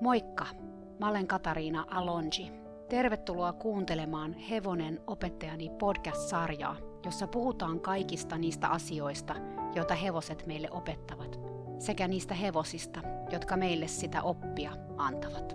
Moikka! Mä olen Katariina Alonji. Tervetuloa kuuntelemaan Hevonen opettajani podcast-sarjaa, jossa puhutaan kaikista niistä asioista, joita hevoset meille opettavat, sekä niistä hevosista, jotka meille sitä oppia antavat.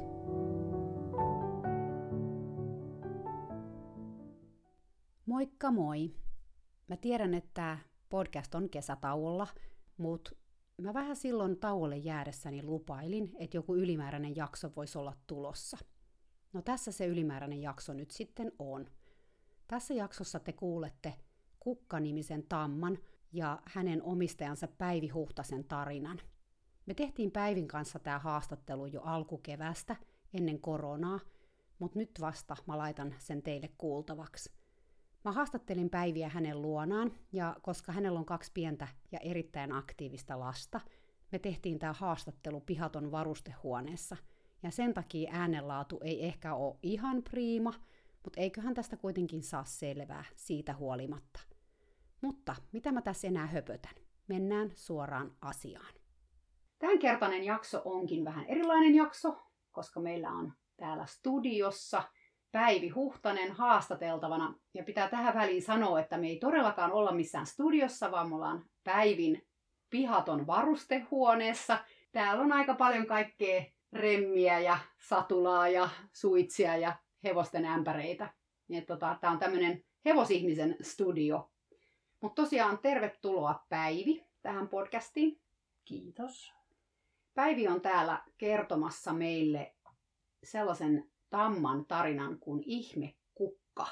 Moikka moi! Mä tiedän, että tämä podcast on kesätauolla, mutta mä vähän silloin tauolle jäädessäni lupailin, että joku ylimääräinen jakso voisi olla tulossa. No tässä se ylimääräinen jakso nyt sitten on. Tässä jaksossa te kuulette Kukka-nimisen tamman ja hänen omistajansa Päivi Huhtasen tarinan. Me tehtiin Päivin kanssa tämä haastattelu jo alkukeväästä ennen koronaa, mutta nyt vasta mä laitan sen teille kuultavaksi. Mä haastattelin Päiviä hänen luonaan, ja koska hänellä on 2 pientä ja erittäin aktiivista lasta, me tehtiin tämä haastattelu pihaton varustehuoneessa, ja sen takia äänenlaatu ei ehkä ole ihan priima, mutta eiköhän tästä kuitenkin saa selvää siitä huolimatta. Mutta mitä mä tässä enää höpötän? Mennään suoraan asiaan. Tämänkertainen jakso onkin vähän erilainen jakso, koska meillä on täällä studiossa Päivi Huhtanen haastateltavana. Ja pitää tähän väliin sanoa, että me ei todellakaan olla missään studiossa, vaan me ollaan Päivin pihaton varustehuoneessa. Täällä on aika paljon kaikkea remmiä ja satulaa ja suitsia ja hevosten ämpäreitä. Tää on tämmönen hevosihmisen studio. Mutta tosiaan tervetuloa Päivi tähän podcastiin. Kiitos. Päivi on täällä kertomassa meille sellaisen tamman tarinan kuin Ihmekukka.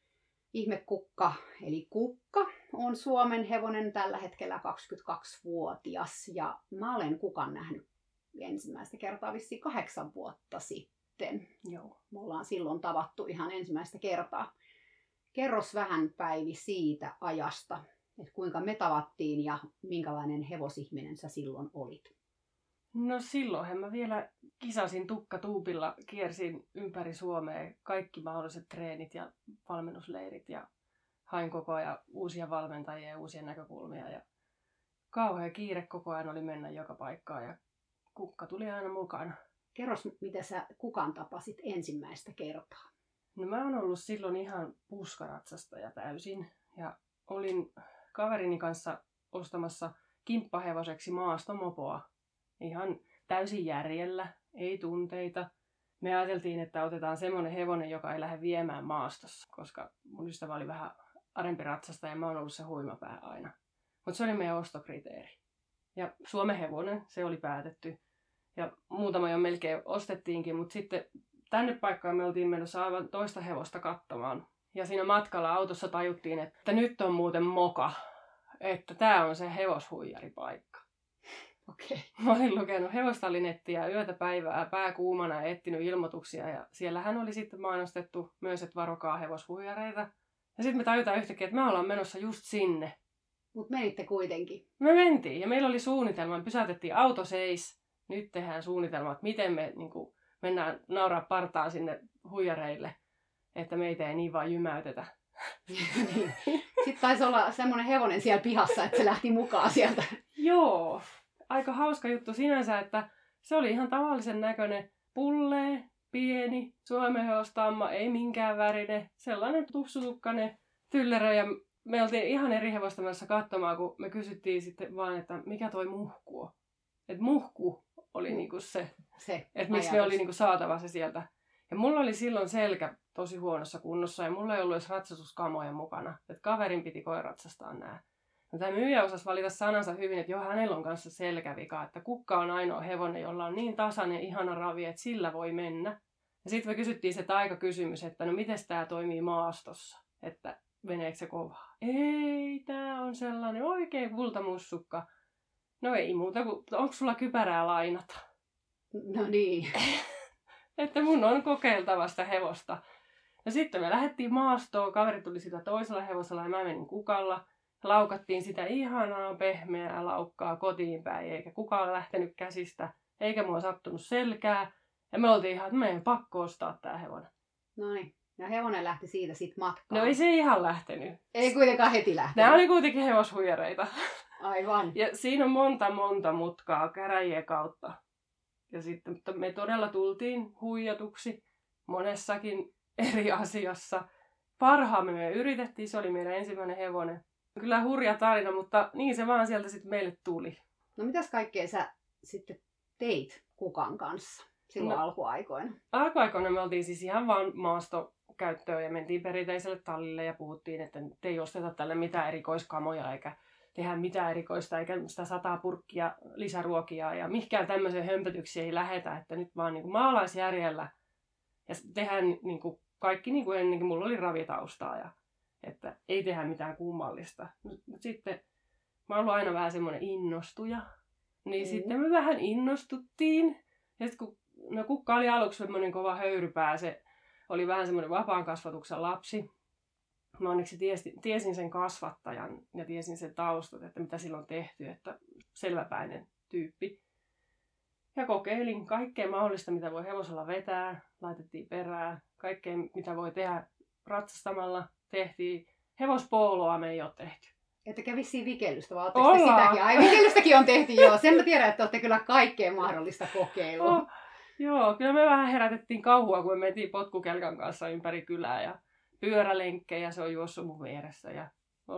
Ihmekukka, eli Kukka, on Suomen hevonen tällä hetkellä 22-vuotias. Ja mä olen Kukan nähnyt ensimmäistä kertaa vissiin 8 vuotta sitten. Joo. Me ollaan silloin tavattu ihan ensimmäistä kertaa. Kerros vähän Päivi siitä ajasta, että kuinka me tavattiin ja minkälainen hevosihminen sä silloin olit. No silloinhan mä vielä kisasin tukkatuupilla, kiersin ympäri Suomea kaikki mahdolliset treenit ja valmennusleirit ja hain koko ajan uusia valmentajia ja uusia näkökulmia. Ja kauhea kiire koko ajan oli mennä joka paikkaan ja Kukka tuli aina mukana. Kerros, miten sä Kukan tapasit ensimmäistä kertaa? No mä oon ollut silloin ihan puskaratsastaja täysin ja olin kaverini kanssa ostamassa kimppahevoseksi maastomopoa. Ihan täysin järjellä, ei tunteita. Me ajateltiin, että otetaan semmoinen hevonen, joka ei lähde viemään maastossa, koska mun ystävä oli vähän arempi ratsasta ja mä oon ollut se huimapää aina. Mutta se oli meidän ostokriteeri. Ja Suomen hevonen, se oli päätetty. Ja muutama jo melkein ostettiinkin, mutta sitten tänne paikkaan me oltiin menossa aivan toista hevosta katsomaan. Ja siinä matkalla autossa tajuttiin, että nyt on muuten moka, että tää on se hevoshuijaripaikka. Okei. Mä olin lukenut hevostallinettiä yötä päivää pää kuumana ja etsinyt ilmoituksia. Ja siellähän oli sitten mainostettu myös, että varokaa hevoshuijareita. Ja sitten me tajutaan yhtäkkiä, että me ollaan menossa just sinne. Mut menitte kuitenkin. Me mentiin ja meillä oli suunnitelma. Me pysäytettiin auto seis. Nyt tehdään suunnitelma, että miten me mennään nauraa partaan sinne huijareille, että meitä ei niin vaan jymäytetä. Sitten taisi olla semmoinen hevonen siellä pihassa, että se lähti mukaan sieltä. Joo. Aika hauska juttu sinänsä, että se oli ihan tavallisen näköinen, pullee, pieni, suomenhevostamma, ei minkään värinen, sellainen tupsutukkainen tyllerö. Ja me oltiin ihan eri hevosta menossa katsomaan, kun me kysyttiin sitten vaan, että mikä toi muhku on. Että muhku oli niinku se että miksi me oli niinku saatava se sieltä. Ja mulla oli silloin selkä tosi huonossa kunnossa ja mulla ei ollut edes ratsastuskamoja mukana. Että kaverin piti koiratsastaa nää. No, tämä myyjä osasi valita sanansa hyvin, että hänellä on kanssa selkävika, että Kukka on ainoa hevonen, jolla on niin tasainen ihana ravi, että sillä voi mennä. Ja sitten me kysyttiin se taikakysymys, että no miten tämä toimii maastossa, että meneekö se kovaa. Ei, tämä on sellainen oikein kultamussukka. No ei muuta kuin, onko sulla kypärää lainata? No niin. Että mun on kokeiltava sitä hevosta. No sitten me lähdettiin maastoon, kaveri tuli sitä toisella hevosella ja mä menin Kukalla. Laukattiin sitä ihanaa pehmeää laukkaa kotiin päin, eikä kukaan lähtenyt käsistä, eikä mua sattunut selkää. Ja me oltiin ihan, että meidän pakko ostaa tää hevonen. Noin. Ja hevonen lähti siitä sitten matkaan. No ei se ihan lähtenyt. Ei kuitenkaan heti lähtenyt. Nämä oli kuitenkin hevoshuijareita. Aivan. Ja siinä on monta mutkaa käräjien kautta. Ja sitten mutta me todella tultiin huijatuksi monessakin eri asiassa. Parhaamme me yritettiin, se oli meidän ensimmäinen hevonen. Kyllä hurja tarina, mutta niin se vaan sieltä sitten meille tuli. No mitäs kaikkea sä sitten teit kukan kanssa silloin alkuaikoina? Alkuaikoina me oltiin siis ihan vaan maastokäyttöön ja mentiin perinteiselle tallille ja puhuttiin, että nyt ei osteta tälle mitään erikoiskamoja eikä tehdä mitään erikoista eikä sitä 100 purkkia lisäruokia ja mihinkään tämmöiseen hömpötyksiin ei lähetä, että nyt vaan niin kuin maalaisjärjellä ja tehdään niin kuin kaikki niin kuin ennenkin. Mulla oli ravitaustaa ja että ei tehdä mitään kummallista. Mutta sitten mä oon ollut aina vähän semmoinen innostuja. Niin sitten me vähän innostuttiin. Ja sitten kun kukka oli aluksi semmoinen kova höyrypää, se oli vähän semmoinen vapaan kasvatuksen lapsi. Mä onneksi tiesin sen kasvattajan ja tiesin sen taustat, että mitä sillä on tehty, että selväpäinen tyyppi. Ja kokeilin kaikkea mahdollista, mitä voi hevosella vetää, laitettiin perään, kaikkea mitä voi tehdä ratsastamalla, tehtiin. Hevospooloa me ei ole tehty. Että kävi siinä vikellystä, vaan ootteko sitäkin? Ai, vikellystäkin on tehty, joo. Sen mä tiedän, että olette kyllä kaikkea mahdollista kokeilua. Joo, kyllä me vähän herätettiin kauhua, kun me mentiin potkukelkan kanssa ympäri kylää ja pyörälenkkejä, se on juossut mun vieressä ja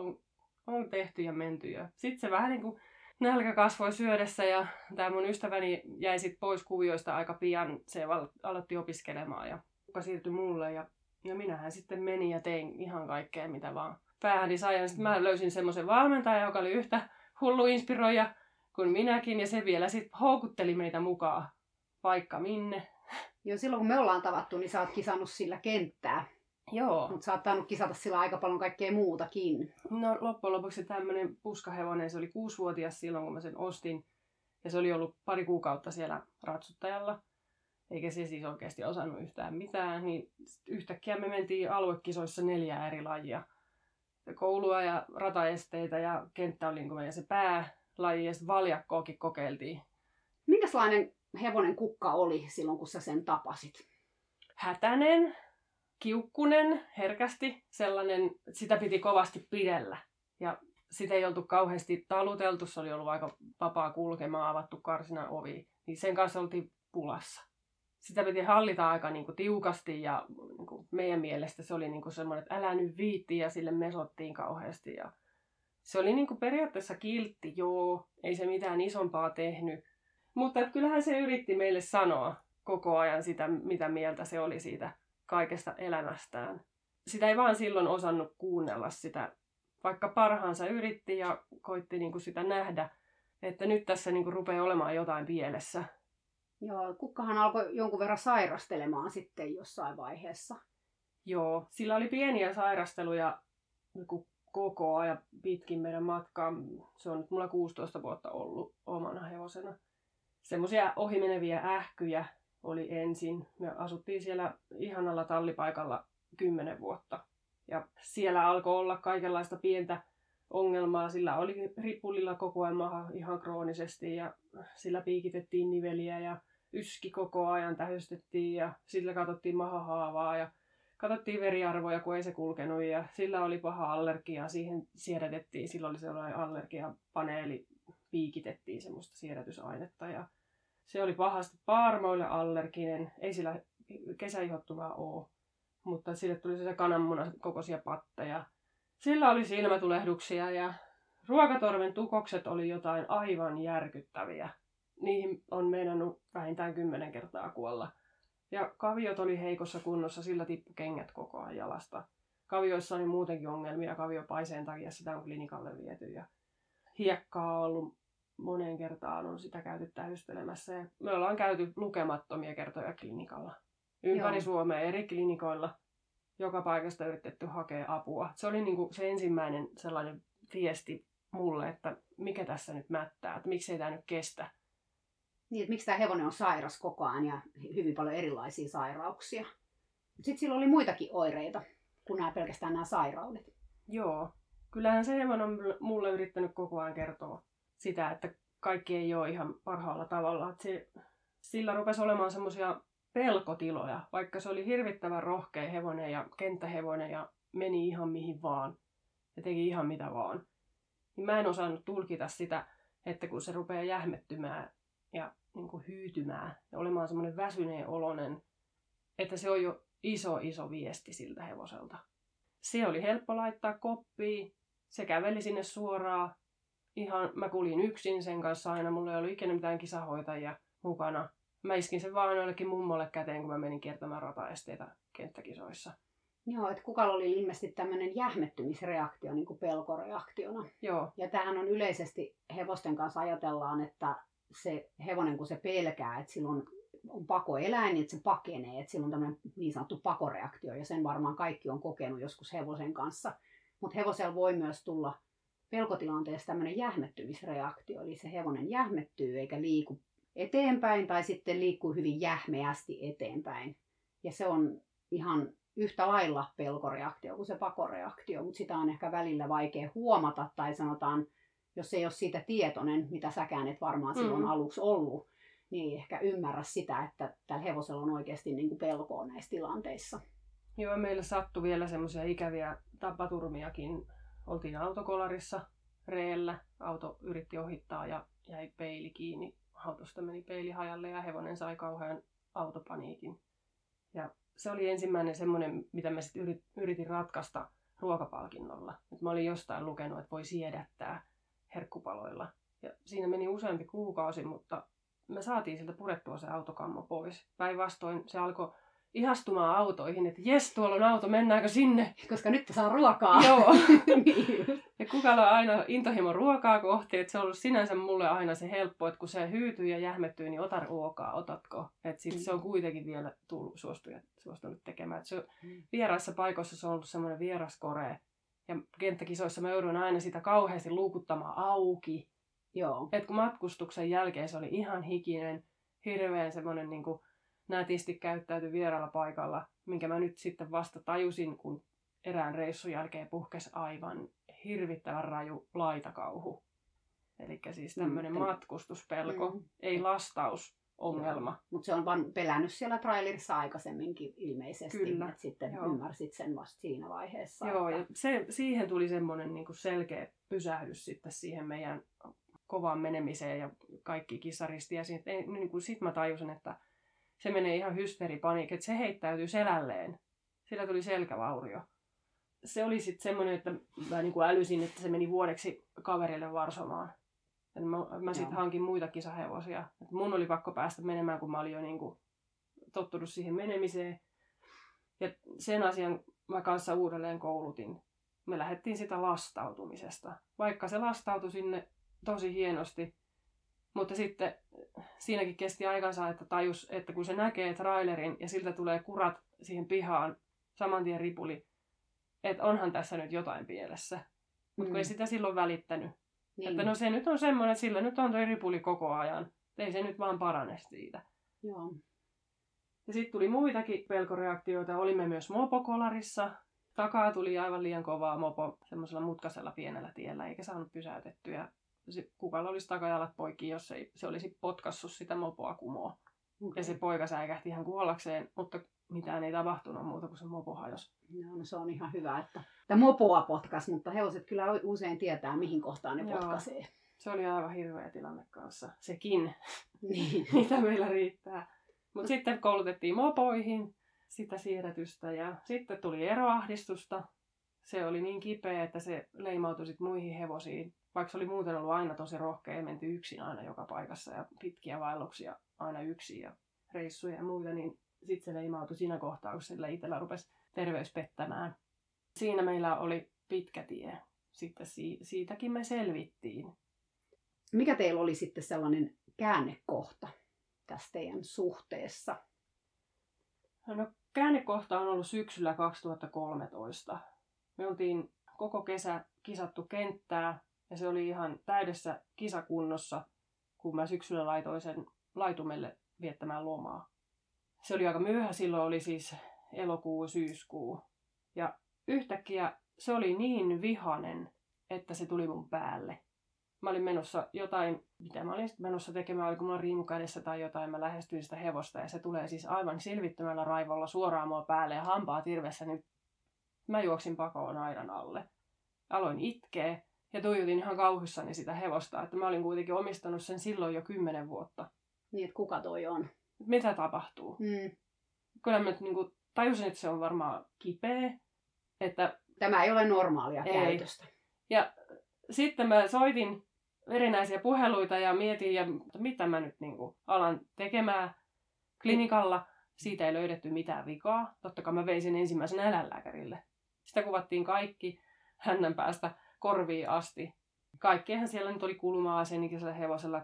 on tehty ja menty. Ja sitten se vähän niin kuin nälkä kasvoi syödessä ja tämä mun ystäväni jäi sitten pois kuvioista aika pian. Se aloitti opiskelemaan ja siirtyi mulle ja minähän sitten menin ja tein ihan kaikkea mitä vaan päähäni sai. Ja sitten mä löysin semmoisen valmentajan, joka oli yhtä hullu inspiroija kuin minäkin ja se vielä sitten houkutteli meitä mukaan vaikka minne. Joo, silloin kun me ollaan tavattu, niin sä oot kisannut sillä kenttää. Joo. Mutta sä oot tainnut kisata sillä aika paljon kaikkea muutakin. No loppujen lopuksi tämmöinen puskahevonen, se oli 6-vuotias silloin kun mä sen ostin. Ja se oli ollut 2 kuukautta siellä ratsuttajalla. Eikä se siis oikeasti osannut yhtään mitään. Niin yhtäkkiä me mentiin aluekisoissa 4 eri lajia. Koulua ja rataesteitä ja kenttä oli niin kuin meidän se päälaji ja sitten valjakkoakin kokeiltiin. Minkälainen hevonen kukka oli silloin kun sä sen tapasit? Hätänen. Kiukkunen, herkästi, sellainen, sitä piti kovasti pidellä. Ja sitä ei oltu kauheasti taluteltu, se oli ollut aika vapaa kulkemaan, avattu karsinan ovi. Niin sen kanssa oltiin pulassa. Sitä piti hallita aika niin kuin tiukasti ja niin kuin meidän mielestä se oli niin kuin semmoinen, että älä nyt viitti ja sille mesottiin kauheasti. Ja se oli niin kuin periaatteessa kiltti, joo, ei se mitään isompaa tehnyt. Mutta kyllähän se yritti meille sanoa koko ajan sitä, mitä mieltä se oli siitä kaikesta elämästään. Sitä ei vaan silloin osannut kuunnella sitä, vaikka parhaansa yritti ja koitti niinku sitä nähdä, että nyt tässä niinku rupeaa olemaan jotain pielessä. Joo, kukkahan alkoi jonkun verran sairastelemaan sitten jossain vaiheessa. Joo, sillä oli pieniä sairasteluja koko ajan pitkin meidän matkaa. Se on nyt mulla 16 vuotta ollut omana hevosena. Semmoisia ohimeneviä ähkyjä oli ensin. Me asuttiin siellä ihanalla tallipaikalla 10 vuotta. Ja siellä alkoi olla kaikenlaista pientä ongelmaa. Sillä oli ripulilla koko ajan maha ihan kroonisesti ja sillä piikitettiin niveliä ja yski koko ajan tähystettiin ja sillä katsottiin mahahaavaa ja katsottiin veriarvoja, kun ei se kulkenut ja sillä oli paha allergia. Siihen siedätettiin, sillä oli sellainen allergiapaneeli, piikitettiin semmoista siedätysainetta ja se oli pahasti paarmoille allerginen, ei sillä kesäihottumaa ole, mutta sille tuli se kananmunan kokoisia patteja. Sillä oli silmätulehduksia ja ruokatorven tukokset oli jotain aivan järkyttäviä. Niihin on meinannut vähintään 10 kertaa kuolla. Ja kaviot oli heikossa kunnossa, sillä tippui kengät koko ajan jalasta. Kavioissa oli muutenkin ongelmia kaviopaiseen takia, sitä on klinikalle viety. Ja hiekkaa on ollut moneen kertaan, on sitä käyty tähystelemässä. Ja me ollaan käyty lukemattomia kertoja klinikalla. Ympäri Suomea eri klinikoilla. Joka paikasta yritetty hakea apua. Se oli niinku se ensimmäinen sellainen viesti mulle, että mikä tässä nyt mättää, että miksi ei tämä nyt kestä. Niin, että miksi tämä hevonen on sairas koko ajan ja hyvin paljon erilaisia sairauksia. Sitten sillä oli muitakin oireita kuin pelkästään nämä sairaudet. Joo, kyllähän se hevonen on mulle yrittänyt koko ajan kertoa sitä, että kaikki ei ole ihan parhaalla tavalla. Että sillä rupesi olemaan semmoisia pelkotiloja, vaikka se oli hirvittävän rohkea hevonen ja kenttähevonen ja meni ihan mihin vaan ja teki ihan mitä vaan. Niin mä en osannut tulkita sitä, että kun se rupeaa jähmettymään ja niin kuin hyytymään ja olemaan semmoinen väsyneen oloinen, että se on jo iso viesti siltä hevoselta. Se oli helppo laittaa koppiin, se käveli sinne suoraan. Mä kuljin yksin sen kanssa aina, mulla ei ollut ikinä mitään kisahoitajia mukana. Mä iskin sen vaan jollekin mummolle käteen, kun mä menin kiertämään rataesteitä kenttäkisoissa. Joo, että kukalla oli ilmeisesti tämmöinen jähmettymisreaktio niin kuin pelkoreaktiona. Joo. Ja tämähän on yleisesti hevosten kanssa ajatellaan, että se hevonen kun se pelkää, että silloin on pakoeläin, että se pakenee, että silloin on tämmöinen niin sanottu pakoreaktio ja sen varmaan kaikki on kokenut joskus hevosen kanssa. Mutta hevosella voi myös tulla pelkotilanteessa tämmöinen jähmettymisreaktio, eli se hevonen jähmettyy eikä liiku eteenpäin tai sitten liikkuu hyvin jähmeästi eteenpäin. Ja se on ihan yhtä lailla pelkoreaktio kuin se pakoreaktio, mutta sitä on ehkä välillä vaikea huomata tai sanotaan, jos ei ole siitä tietoinen, mitä säkään et varmaan silloin aluksi ollut, niin ei ehkä ymmärrä sitä, että tällä hevosella on oikeasti niin kuin pelkoa näissä tilanteissa. Joo, meillä sattui vielä semmoisia ikäviä tapaturmiakin. Oltiin autokolarissa reellä, auto yritti ohittaa ja jäi peili kiinni. Autosta meni peili hajalle ja hevonen sai kauhean autopaniikin. Ja se oli ensimmäinen semmoinen, mitä mä sitten yritin ratkaista ruokapalkinnolla. Et mä olin jostain lukenut, että voi siedättää herkkupaloilla. Ja siinä meni useampi kuukausi, mutta me saatiin siltä purettua se autokammo pois. Päinvastoin se alkoi ihastumaan autoihin, että jes, tuolla on auto, mennäänkö sinne? Koska nyt saa ruokaa. Joo. Ja kukalla on aina intohimo ruokaa kohti, että se on ollut sinänsä mulle aina se helppo, että kun se hyytyy ja jähmettyy, niin ota ruokaa, otatko? Että sitten se on kuitenkin vielä suostunut tekemään. Että se vieraissa paikoissa se on ollut semmoinen vieraskore. Ja kenttäkisoissa mä joudun aina sitä kauheasti luukuttamaan auki. Joo. Että kun matkustuksen jälkeen se oli ihan hikinen, hirveän semmoinen niin kuin nätisti käyttäytyi vieraalla paikalla, minkä mä nyt sitten vasta tajusin, kun erään reissun jälkeen puhkesi aivan hirvittävän raju laitakauhu. Eli siis tämmöinen matkustuspelko, ei lastausongelma. Mutta se on vaan pelännyt siellä trailerissa aikaisemminkin ilmeisesti, Kyllä. että sitten ymmärsit sen vasta siinä vaiheessa. Joo, ja siihen tuli semmoinen niin kuin selkeä pysähdys sitten siihen meidän kovaan menemiseen ja kaikki kisaristi. Ja sitten mä tajusin, että se menee ihan hysteeripaniikki, että se heittäytyy selälleen. Sillä tuli selkävaurio. Se oli sitten semmoinen, että mä niin kuin älysin, että se meni vuodeksi kaverille Varsomaan. Mä sitten hankin muita kisahevosia. Et mun oli pakko päästä menemään, kun mä olin jo niin kuin tottunut siihen menemiseen. Ja sen asian mä kanssa uudelleen koulutin. Me lähdettiin sitä lastautumisesta. Vaikka se lastautui sinne tosi hienosti. Mutta sitten siinäkin kesti aikansa, että tajus, että kun se näkee trailerin ja siltä tulee kurat siihen pihaan, saman tien ripuli, että onhan tässä nyt jotain pielessä. Mutta kun ei sitä silloin välittänyt. Niin. Että no se nyt on semmoinen, että sillä nyt on toi ripuli koko ajan. Ei se nyt vaan parane siitä. Joo. Ja sitten tuli muitakin pelkoreaktioita. Olimme myös mopokolarissa. Takaa tuli aivan liian kovaa mopo semmoisella mutkaisella pienellä tiellä, eikä saanut pysäytettyä. Kukalla olisi takajalat poikki, jos ei se olisi potkassut sitä mopoa kumoon. Okay. Ja se poika säikähti ihan kuollakseen, mutta mitään ei tapahtunut muuta kuin se mopo hajosi. No se on ihan hyvä, että mopoa potkas, mutta hevoset kyllä usein tietää, mihin kohtaan ne potkaisee. Se oli aivan hirveä tilanne kanssa. Sekin, niin. mitä meillä riittää. Mutta sitten koulutettiin mopoihin sitä siirretystä ja sitten tuli eroahdistusta. Se oli niin kipeä, että se leimautui sit muihin hevosiin. Vaikka se oli muuten ollut aina tosi rohkea ja menty yksin aina joka paikassa ja pitkiä vaelluksia aina yksin ja reissuja ja muita, niin sitten se leimautui siinä kohtaa, kun sillä itsellä rupesi terveys pettämään. Siinä meillä oli pitkä tie. Sitten siitäkin me selvittiin. Mikä teillä oli sitten sellainen käännekohta tässä teidän suhteessa? No käännekohta on ollut syksyllä 2013. Me oltiin koko kesä kisattu kenttää ja se oli ihan täydessä kisakunnossa, kun mä syksyllä laitoin sen laitumelle viettämään lomaa. Se oli aika myöhä, silloin oli siis elokuu, syyskuu. Ja yhtäkkiä se oli niin vihainen, että se tuli mun päälle. Mä olin menossa jotain, mitä mä olin menossa tekemään, oliko mulla riimu kädessä tai jotain, mä lähestyin sitä hevosta ja se tulee siis aivan silvittömällä raivolla suoraan mua päälle ja hampaat irvessä nyt. Mä juoksin pakoon aidan alle. Aloin itkeä ja tuijotin ihan kauhuissani sitä hevosta, että mä olin kuitenkin omistanut sen silloin jo 10 vuotta. Niin, että kuka toi on. Mitä tapahtuu. Kyllä mä niinku tajusin, että se on varmaan kipeä. Että tämä ei ole normaalia käytöstä. Ja sitten mä soitin erinäisiä puheluita ja mietin, mitä mä nyt niinku alan tekemään klinikalla. Siitä ei löydetty mitään vikaa. Totta kai mä vein sen ensimmäisenä eläinlääkärille. Sitä kuvattiin kaikki hännän päästä korviin asti. Kaikkeenhan siellä nyt oli kulma-asenikisellä hevosella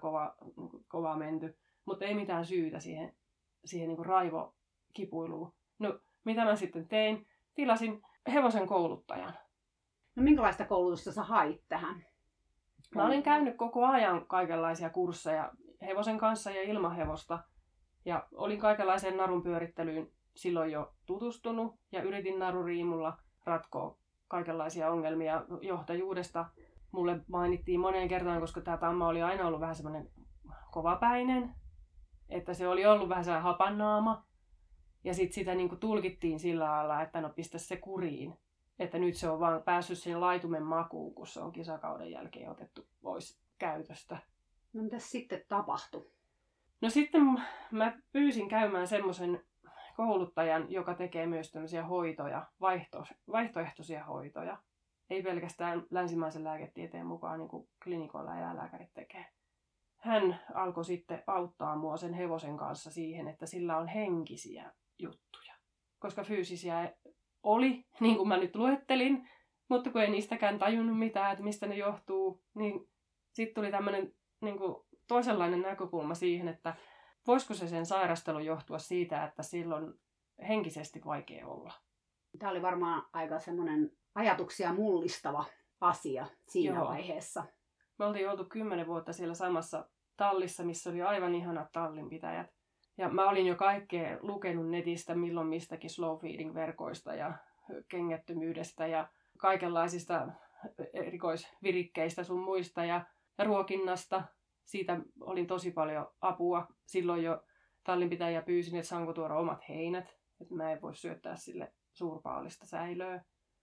kova menty. Mutta ei mitään syytä siihen niinku raivokipuiluun. No, mitä mä sitten tein? Tilasin hevosen kouluttajan. No minkälaista koulutusta sä hait tähän? Mä olin käynyt koko ajan kaikenlaisia kursseja hevosen kanssa ja ilman hevosta. Ja olin kaikenlaiseen narun pyörittelyyn silloin jo tutustunut. Ja yritin naruriimulla ratkoa kaikenlaisia ongelmia johtajuudesta. Mulle mainittiin moneen kertaan, koska tämä tamma oli aina ollut vähän semmoinen kovapäinen. Että se oli ollut vähän semmoinen hapannaama. Ja sitten sitä niinku tulkittiin sillä lailla, että no pistä se kuriin. Että nyt se on vaan päässyt sen laitumen makuun, kun se on kisakauden jälkeen otettu pois käytöstä. No mitäs sitten tapahtui? No sitten mä pyysin käymään semmoisen kouluttajan, joka tekee myös tämmöisiä hoitoja, vaihtoehtoisia hoitoja. Ei pelkästään länsimaisen lääketieteen mukaan, niin kuin klinikoilla eläinlääkärit tekee. Hän alkoi sitten auttaa mua sen hevosen kanssa siihen, että sillä on henkisiä juttuja. Koska fyysisiä oli, niin kuin mä nyt luettelin, mutta kun ei niistäkään tajunnut mitään, että mistä ne johtuu, niin sitten tuli tämmöinen niin kuin toisenlainen näkökulma siihen, että voisiko se sen sairastelu johtua siitä, että silloin henkisesti vaikea olla. Tämä oli varmaan aika semmoinen ajatuksia mullistava asia siinä vaiheessa. Me oltiin oltu 10 vuotta siellä samassa tallissa, missä oli aivan ihanat tallinpitäjät. Ja mä olin jo kaikkea lukenut netistä milloin mistäkin slow feeding verkoista ja kengättömyydestä ja kaikenlaisista erikoisvirikkeistä sun muista ja ruokinnasta. Siitä olin tosi paljon apua. Silloin jo tallinpitäjä pyysin, että saanko tuoda omat heinät. Että mä en voi syöttää sille suurpaalista säilöä.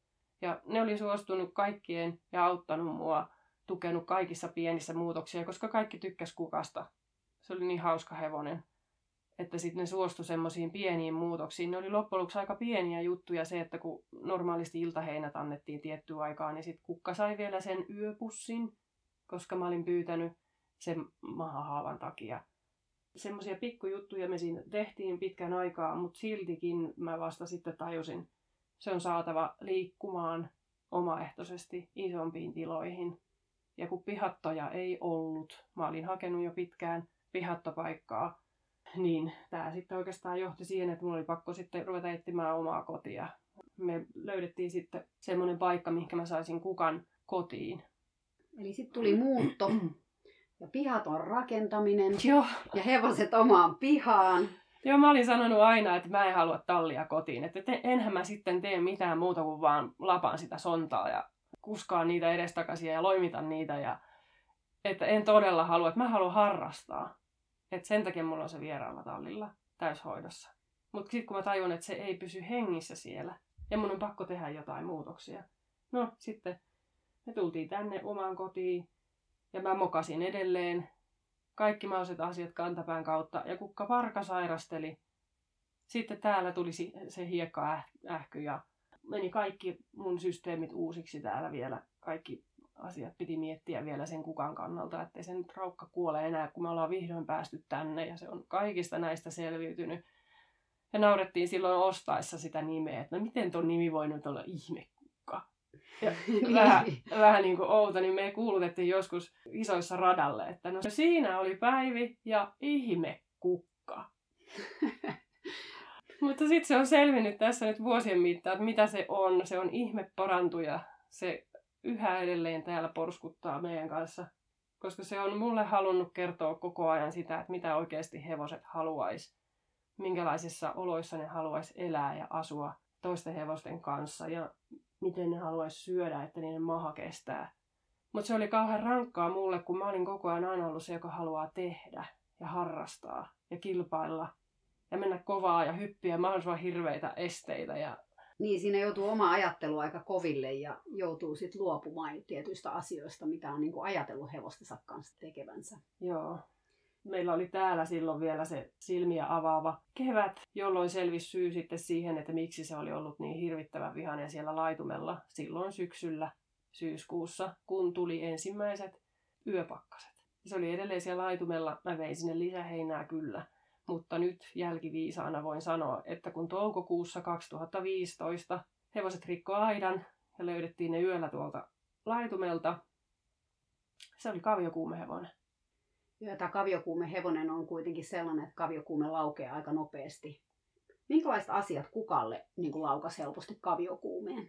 Ja ne oli suostunut kaikkien ja auttanut mua, tukenut kaikissa pienissä muutoksia, koska kaikki tykkäs kukasta. Se oli niin hauska hevonen. Että sitten ne suostui semmoisiin pieniin muutoksiin. Ne oli loppujen lopuksi aika pieniä juttuja se, että kun normaalisti iltaheinät annettiin tiettyä aikaa, niin sitten kukka sai vielä sen yöpussin, koska mä olin pyytänyt sen mahahaavan takia. Semmoisia pikkujuttuja me siinä tehtiin pitkän aikaa, mutta siltikin mä vasta sitten tajusin, se on saatava liikkumaan omaehtoisesti isompiin tiloihin. Ja kun pihattoja ei ollut, mä olin hakenut jo pitkään pihattopaikkaa, niin tämä sitten oikeastaan johti siihen, että mulla oli pakko sitten ruveta etsimään omaa kotia. Me löydettiin sitten semmoinen paikka, mihinkä mä saisin kukan kotiin. Eli sitten tuli muutto ja pihaton rakentaminen. Joo. Ja hevoset omaan pihaan. Joo, mä olin sanonut aina, että mä en halua tallia kotiin. Että enhän mä sitten tee mitään muuta kuin vaan lapaan sitä sontaa ja kuskaan niitä edestakaisin ja loimitan niitä. Ja, että en todella halua, että mä haluan harrastaa. Että sen takia mulla on se vieraalla tallilla täyshoidossa. Mutta sitten kun mä tajun, että se ei pysy hengissä siellä ja mun on pakko tehdä jotain muutoksia. No sitten me tultiin tänne omaan kotiin ja mä mokasin edelleen kaikki mahdolliset asiat kantapään kautta ja kukka Varka sairasteli. Sitten täällä tuli se hiekkaähky ja meni kaikki mun systeemit uusiksi täällä vielä. Kaikki asiat piti miettiä vielä sen kukan kannalta, ettei sen raukka kuole enää, kun me ollaan vihdoin päästy tänne ja se on kaikista näistä selviytynyt. Ja naurettiin silloin ostaessa sitä nimeä, että no miten ton nimi voi nyt olla ihmekukka. Ja vähän niin kuin outo, niin me kuulutettiin joskus isoissa radalle, että no siinä oli Päivi ja ihmekukka. Mutta sitten se on selvinnyt tässä nyt vuosien mittaan, että mitä se on. Se on ihmeparantuja. Se yhä edelleen täällä porskuttaa meidän kanssa. Koska se on mulle halunnut kertoa koko ajan sitä, että mitä oikeasti hevoset haluaisi. Minkälaisissa oloissa ne haluaisi elää ja asua toisten hevosten kanssa. Ja miten ne haluaisi syödä, että niiden maha kestää. Mutta se oli kauhean rankkaa mulle, kun mä olin koko ajan aina ollut se, joka haluaa tehdä ja harrastaa ja kilpailla. Ja mennä kovaa ja hyppiä mahdollisimman hirveitä esteitä. Niin, siinä joutuu oma ajattelu aika koville ja joutuu sitten luopumaan tietyistä asioista, mitä on niin kuin ajatellut hevostensa kanssa tekevänsä. Joo. meillä oli täällä silloin vielä se silmiä avaava kevät, jolloin selvisi syy sitten siihen, että miksi se oli ollut niin hirvittävän vihainen siellä laitumella silloin syksyllä syyskuussa, kun tuli ensimmäiset yöpakkaset. Se oli edelleen siellä laitumella, mä vein sinne lisäheinää kyllä, mutta nyt jälkiviisaana voin sanoa, että kun toukokuussa 2015 hevoset rikkoi aidan ja löydettiin ne yöllä tuolta laitumelta, se oli kaviokuumehevonen. Ja tämä kaviokuumehevonen on kuitenkin sellainen, että kaviokuume laukeaa aika nopeasti. Minkälaiset asiat kukalle niin laukasi helposti kaviokuumeen?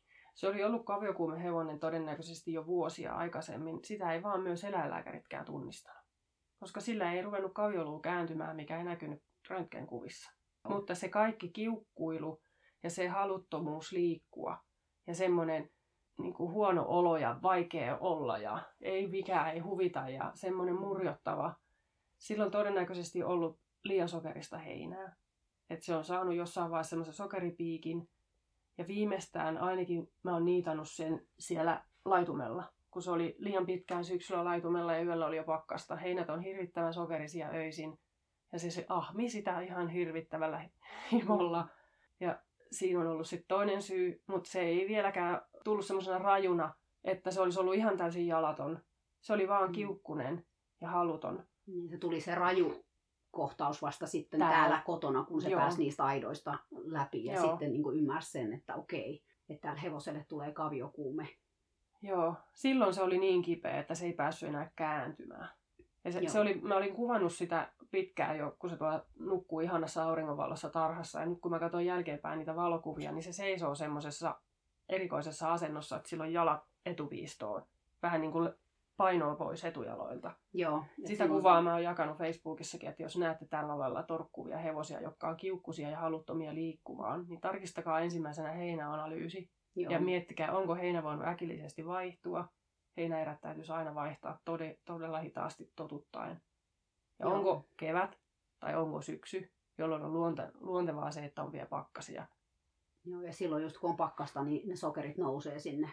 Se oli ollut kaviokuumehevonen todennäköisesti jo vuosia aikaisemmin. Sitä ei vaan myös eläinlääkäritkään tunnistanut. Koska sillä ei ruvennut kavioluu kääntymään, mikä ei näkynyt röntgenkuvissa. Mutta se kaikki kiukkuilu ja se haluttomuus liikkua ja semmoinen niin kuin huono olo ja vaikea olla ja mikään ei huvita ja semmoinen murjottava. Silloin todennäköisesti ollut liian sokerista heinää. Että se on saanut jossain vaiheessa semmoisen sokeripiikin. Ja viimeistään ainakin mä oon niitannut sen siellä laitumella, kun se oli liian pitkään syksyllä laitumella ja yöllä oli jo pakkasta. Heinät on hirvittävän sokerisia öisin ja se ahmi sitä ihan hirvittävällä himolla. Ja siinä on ollut sitten toinen syy, mutta se ei vieläkään tullut semmoisena rajuna, että se olisi ollut ihan täysin jalaton. Se oli vaan kiukkunen ja haluton. Niin se tuli se raju kohtaus vasta sitten täällä kotona, kun se pääsi niistä aidoista läpi ja sitten niin kuin ymmärsi sen, että okei, että täällä hevoselle tulee kaviokuume. Joo, silloin se oli niin kipeä, että se ei päässyt enää kääntymään. Ja mä olin kuvannut sitä pitkään jo, kun se tuolla nukkuu ihanassa auringonvalossa tarhassa. Ja nyt kun mä katson jälkeenpäin niitä valokuvia, niin se seisoo semmoisessa erikoisessa asennossa, että sillä on jalat etuviistoon. Vähän niin kuin painoa pois etujaloilta. Joo, sitä kuvaa mä oon jakanut Facebookissakin, että jos näette tällä lailla torkkuvia hevosia, jotka on kiukkuisia ja haluttomia liikkumaan, niin tarkistakaa ensimmäisenä heinäanalyysi. Joo. Ja miettikää, onko heinä voinut äkillisesti vaihtua. Heinäerät täytyisi aina vaihtaa todella hitaasti totuttaen. Ja onko kevät tai onko syksy, jolloin on luontevaa se, että on vielä pakkasia. Joo, ja silloin just kun on pakkasta, niin ne sokerit nousee sinne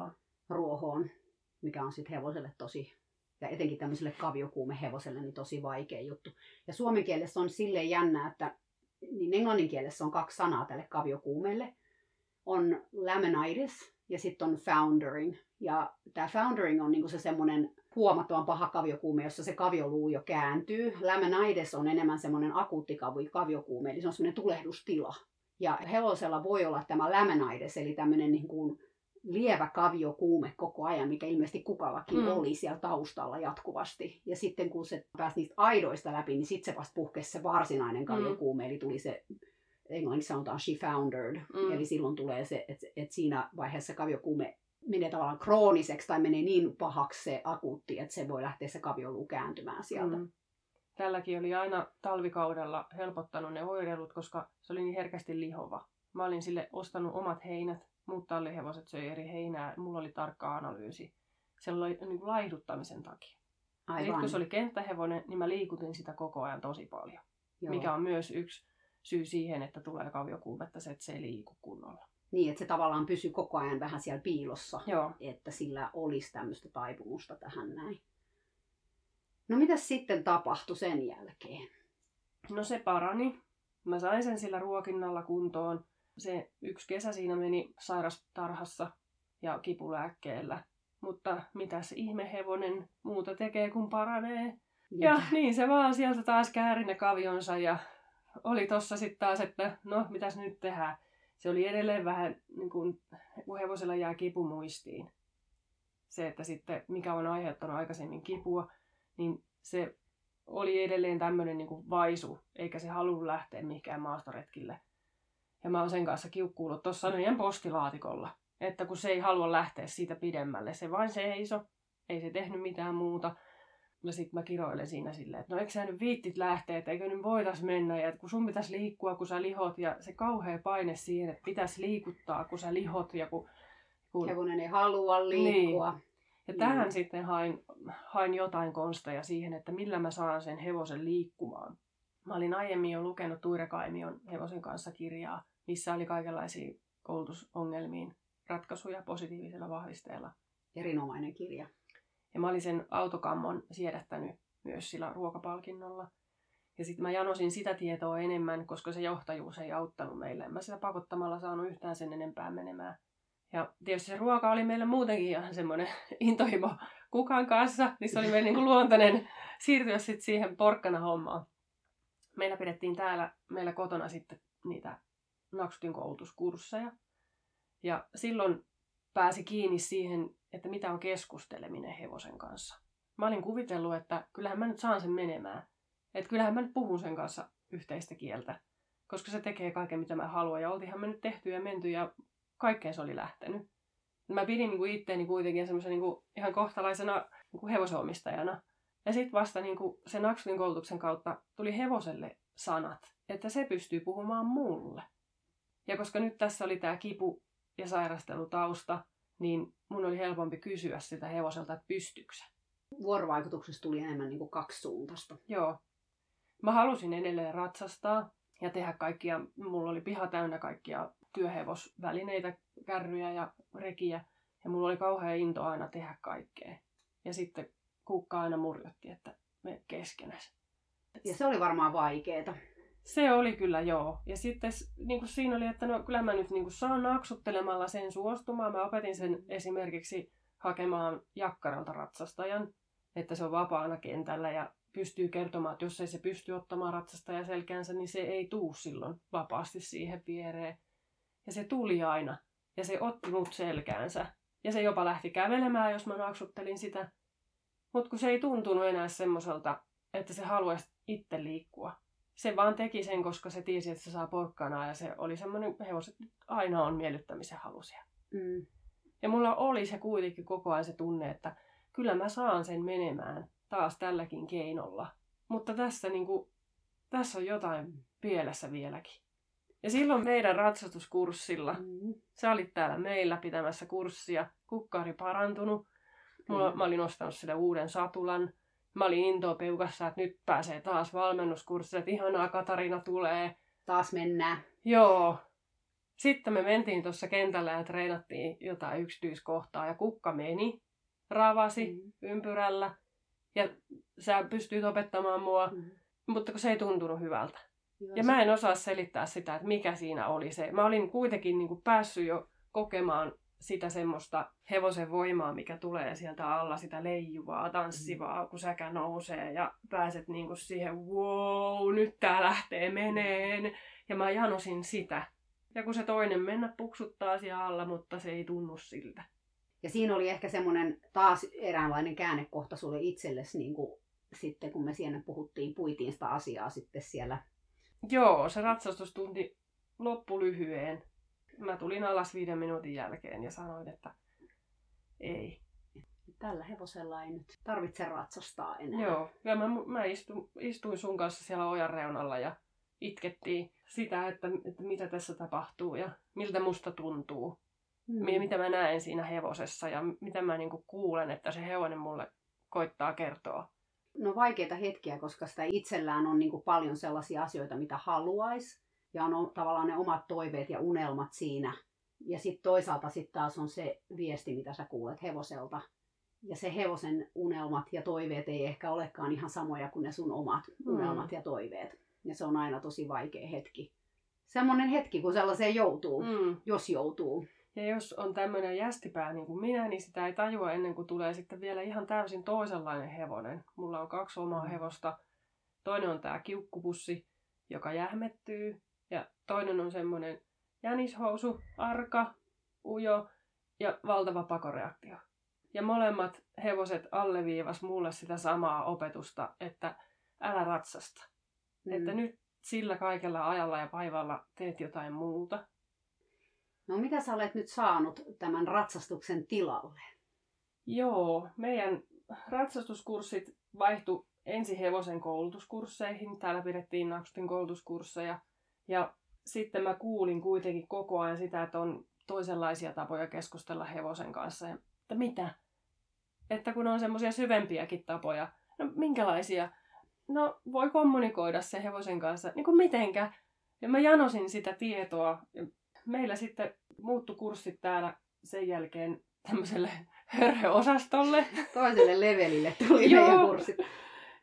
ruohoon, mikä on sitten hevoselle tosi, ja etenkin tämmöiselle kaviokuumehevoselle, niin tosi vaikea juttu. Ja suomen kielessä on silleen jännä, että niin englannin kielessä on 2 sanaa tälle kaviokuumeelle. On laminitis ja sitten on foundering. Ja tämä foundering on niinku se semmoinen huomattavan paha kaviokuume, jossa se kavioluu jo kääntyy. Laminitis on enemmän semmoinen akuutti kaviokuume, eli se on semmoinen tulehdustila. Ja hevosella voi olla tämä laminitis, eli tämmöinen niin kuin lievä kaviokuume koko ajan, mikä ilmeisesti kukallakin oli siellä taustalla jatkuvasti. Ja sitten kun se pääsi niistä aidoista läpi, niin sitten se vasta puhkesi se varsinainen kaviokuume, eli tuli se, englanniksi sanotaan she foundered, eli silloin tulee se, että siinä vaiheessa kaviokuume menee tavallaan krooniseksi tai menee niin pahaksi se akuutti, että se voi lähteä se kavioluu kääntymään sieltä. Tälläkin oli aina talvikaudella helpottanut ne oireilut, koska se oli niin herkästi lihova. Mä olin sille ostanut omat heinät, muut tallihevoset söi eri heinää. Mulla oli tarkka analyysi. Se oli niin laihduttamisen takia. Ja sitten kun se oli kenttähevonen, niin mä liikutin sitä koko ajan tosi paljon. Joo. Mikä on myös yksi syy siihen, että tulee kaviokuumetta, se, että se ei liiku kunnolla. Niin, että se tavallaan pysyy koko ajan vähän siellä piilossa, että sillä olisi tämmöistä taipumusta tähän näin. No mitäs sitten tapahtui sen jälkeen? No se parani. Mä sain sen sillä ruokinnalla kuntoon. Se 1 kesä siinä meni sairastarhassa ja kipulääkkeellä. Mutta mitäs ihmehevonen muuta tekee kun paranee. Ja niin se vaan sieltä taas kääri ne kavionsa ja oli tossa sitten taas, että no mitäs nyt tehdään. Se oli edelleen vähän niin kuin kun hevosella jää kipu muistiin. Se, että sitten mikä on aiheuttanut aikaisemmin kipua, niin se oli edelleen tämmöinen niin kuin vaisu, eikä se halunnut lähteä mihinkään maastoretkille. Ja mä oon sen kanssa kiukkuillut tuossa meidän postilaatikolla, että kun se ei halua lähteä siitä pidemmälle, se vain seiso, ei se tehnyt mitään muuta. Ja sit mä kiroilen siinä silleen, että no eikö sä nyt viittit lähteä, että eikö nyt voitais mennä, ja kun sun pitäisi liikkua, kun sä lihot, ja se kauhea paine siihen, että pitäisi liikuttaa, kun sä lihot, ja kun hevonen ei halua liikkua. Niin. Ja tähän sitten hain jotain konsteja siihen, että millä mä saan sen hevosen liikkumaan. Mä olin aiemmin jo lukenut Tuire Kaimion hevosen kanssa kirjaa, missä oli kaikenlaisia koulutusongelmiin ratkaisuja positiivisella vahvisteella. Erinomainen kirja. Ja mä olin sen autokammon siedättänyt myös sillä ruokapalkinnolla. Ja sitten mä janosin sitä tietoa enemmän, koska se johtajuus ei auttanut meille. En mä sitä pakottamalla saanut yhtään sen enempää menemään. Ja tietysti se ruoka oli meille muutenkin ihan semmoinen intohimo kukan kanssa, niin se oli meille niin kuin luontainen siirtyä sitten siihen porkkana-hommaan. Meillä pidettiin meillä kotona sitten niitä Naksutin koulutuskursseja. Ja silloin pääsi kiinni siihen, että mitä on keskusteleminen hevosen kanssa. Mä olin kuvitellut, että kyllähän mä nyt saan sen menemään. Että kyllähän mä nyt puhun sen kanssa yhteistä kieltä. Koska se tekee kaiken, mitä mä haluan. Ja oltiinhan me nyt tehty ja menty ja kaikkeen se oli lähtenyt. Mä pidin niin kuin itteeni kuitenkin semmoisen niin kuin ihan kohtalaisena niin kuin hevosenomistajana. Ja sitten vasta niin kuin sen Naksutin koulutuksen kautta tuli hevoselle sanat, että se pystyy puhumaan mulle. Ja koska nyt tässä oli tämä kipu ja sairastelutausta, niin mun oli helpompi kysyä sitä hevoselta, että pystyykö se. Vuorovaikutuksessa tuli enemmän niin kuin kaksisuuntaista. Joo. Mä halusin edelleen ratsastaa ja tehdä kaikkia, mulla oli piha täynnä kaikkia työhevosvälineitä, kärryjä ja rekiä. Ja mulla oli kauhea into aina tehdä kaikkea. Ja sitten Kukka aina murjotti, että me keskenäs. Ja se oli varmaan vaikeeta. Se oli kyllä, joo. Ja sitten niin kuin siinä oli, että no kyllä mä nyt niin kuin saan naksuttelemalla sen suostumaan. Mä opetin sen esimerkiksi hakemaan jakkaralta ratsastajan, että se on vapaana kentällä ja pystyy kertomaan, että jos ei se pysty ottamaan ratsastajan selkäänsä, niin se ei tuu silloin vapaasti siihen viereen. Ja se tuli aina. Ja se otti mut selkäänsä. Ja se jopa lähti kävelemään, jos mä naksuttelin sitä. Mutta kun se ei tuntunut enää semmoiselta, että se haluaisi itse liikkua. Se vaan teki sen, koska se tiesi, että se saa porkkanaa. Ja se oli semmoinen, hevoset aina on miellyttämisen halusia. Mm. Ja mulla oli se kuitenkin koko ajan se tunne, että kyllä mä saan sen menemään taas tälläkin keinolla. Mutta tässä on jotain pielessä vieläkin. Ja silloin meidän ratsastuskurssilla, sä olit täällä meillä pitämässä kurssia, Kukka oli parantunut. Mä olin ostanut sille uuden satulan. Mä olin intoa peukassa, että nyt pääsee taas valmennuskurssille, että ihanaa Katariina tulee. Taas mennään. Joo. Sitten me mentiin tuossa kentällä ja treenattiin jotain yksityiskohtaa ja Kukka meni, ravasi ympyrällä ja sä pystyit opettamaan mua, mutta kun se ei tuntunut hyvältä. Ja mä en osaa selittää sitä, että mikä siinä oli se. Mä olin kuitenkin niin kuin päässyt jo kokemaan sitä semmoista hevosen voimaa, mikä tulee sieltä alla, sitä leijuvaa, tanssivaa, kun säkä nousee ja pääset niin kuin siihen, wow, nyt tää lähtee meneen. Ja mä janosin sitä. Ja kun se toinen mennä puksuttaa siellä alla, mutta se ei tunnu siltä. Ja siinä oli ehkä semmoinen taas eräänlainen käännekohta sulle itsellesi, niin kuin sitten kun me siellä puitiin sitä asiaa sitten siellä. Joo, se ratsastustunti loppui lyhyeen. Mä tulin alas 5 minuutin jälkeen ja sanoin, että ei. Tällä hevosella ei nyt tarvitse ratsastaa enää. Joo, ja mä istuin sun kanssa siellä ojan reunalla ja itkettiin sitä, että mitä tässä tapahtuu ja miltä musta tuntuu. Mitä mä näen siinä hevosessa ja mitä mä niinku kuulen, että se hevonen mulle koittaa kertoa. No vaikeita hetkiä, koska sitä itsellään on niinku paljon sellaisia asioita, mitä haluaisi. Ja on tavallaan ne omat toiveet ja unelmat siinä. Ja sitten toisaalta sit taas on se viesti, mitä sä kuulet hevoselta. Ja se hevosen unelmat ja toiveet ei ehkä olekaan ihan samoja kuin ne sun omat unelmat ja toiveet. Ja se on aina tosi vaikea hetki. Semmoinen hetki, kun sellaiseen joutuu, jos joutuu. Ja jos on tämmöinen jästipää niin kuin minä, niin sitä ei tajua ennen kuin tulee sitten vielä ihan täysin toisenlainen hevonen. Mulla on 2 omaa hevosta. Toinen on tää kiukkupussi, joka jähmettyy. Ja toinen on semmoinen jänishousu, arka, ujo ja valtava pakoreaktio. Ja molemmat hevoset alleviivas mulle sitä samaa opetusta, että älä ratsasta. Että nyt sillä kaikella ajalla ja vaivalla teet jotain muuta. No mitä sä olet nyt saanut tämän ratsastuksen tilalle? Joo, meidän ratsastuskurssit vaihtui ensin hevosen koulutuskursseihin. Täällä pidettiin Naksutin koulutuskursseja. Ja sitten mä kuulin kuitenkin koko ajan sitä, että on toisenlaisia tapoja keskustella hevosen kanssa. Että mitä? Että kun on semmoisia syvempiäkin tapoja. No minkälaisia? No voi kommunikoida se hevosen kanssa. Niin kuin mitenkä? Ja mä janosin sitä tietoa. Meillä sitten muuttui kurssit täällä sen jälkeen tämmöiselle hörhöosastolle. Toiselle levelille tuli meidän kurssit.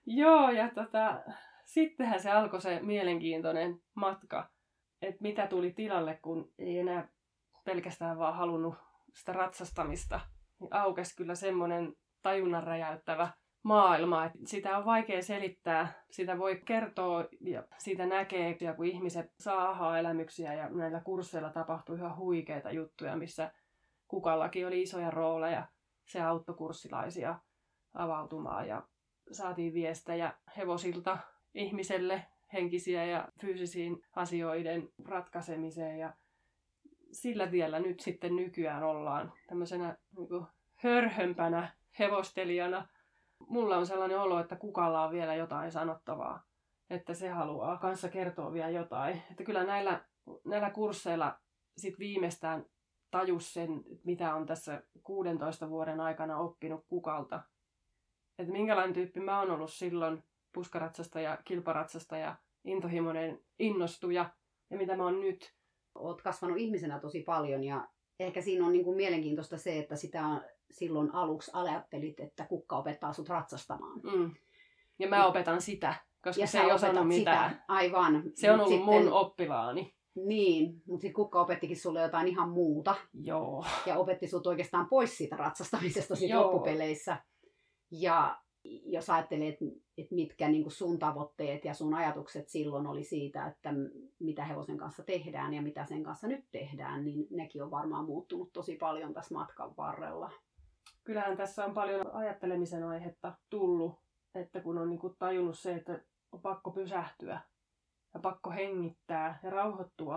Joo, ja sittenhän se alkoi se mielenkiintoinen matka, että mitä tuli tilalle, kun ei enää pelkästään vaan halunnut sitä ratsastamista. Niin aukesi kyllä semmoinen tajunnan räjäyttävä maailma, että sitä on vaikea selittää. Sitä voi kertoa ja siitä näkee, ja kun ihmiset saa aha-elämyksiä ja näillä kursseilla tapahtui ihan huikeita juttuja, missä kukallakin oli isoja rooleja. Se auttoi kurssilaisia avautumaan ja saatiin viestejä hevosilta ihmiselle henkisiä ja fyysisiin asioiden ratkaisemiseen ja sillä tiellä nyt sitten nykyään ollaan tämmöisenä niin hörhömpänä hevostelijana. Mulla on sellainen olo, että kukalla on vielä jotain sanottavaa, että se haluaa kanssa kertoa vielä jotain. Että kyllä näillä kursseilla sit viimeistään tajus sen, mitä on tässä 16 vuoden aikana oppinut kukalta. Että minkälainen tyyppi mä oon ollut silloin puskaratsastaja, kilparatsastaja, intohimoinen innostuja ja mitä mä oon nyt. Oot kasvanut ihmisenä tosi paljon ja ehkä siinä on niin kuin mielenkiintoista se, että sitä silloin aluksi ajattelit, että kukka opettaa sut ratsastamaan. Ja mä opetan sitä, koska se ei osannut mitään. Sitä. Aivan. Se on ollut mun oppilaani. Niin, mutta sitten kukka opettikin sulle jotain ihan muuta. Joo. Ja opetti sut oikeastaan pois siitä ratsastamisesta sit loppupeleissä. Ja jos ajattelee, että mitkä niin kuin sun tavoitteet ja sun ajatukset silloin oli siitä, että mitä hevosen kanssa tehdään ja mitä sen kanssa nyt tehdään, niin nekin on varmaan muuttunut tosi paljon tässä matkan varrella. Kyllähän tässä on paljon ajattelemisen aihetta tullut, että kun on niin kuin tajunnut se, että on pakko pysähtyä ja pakko hengittää ja rauhoittua,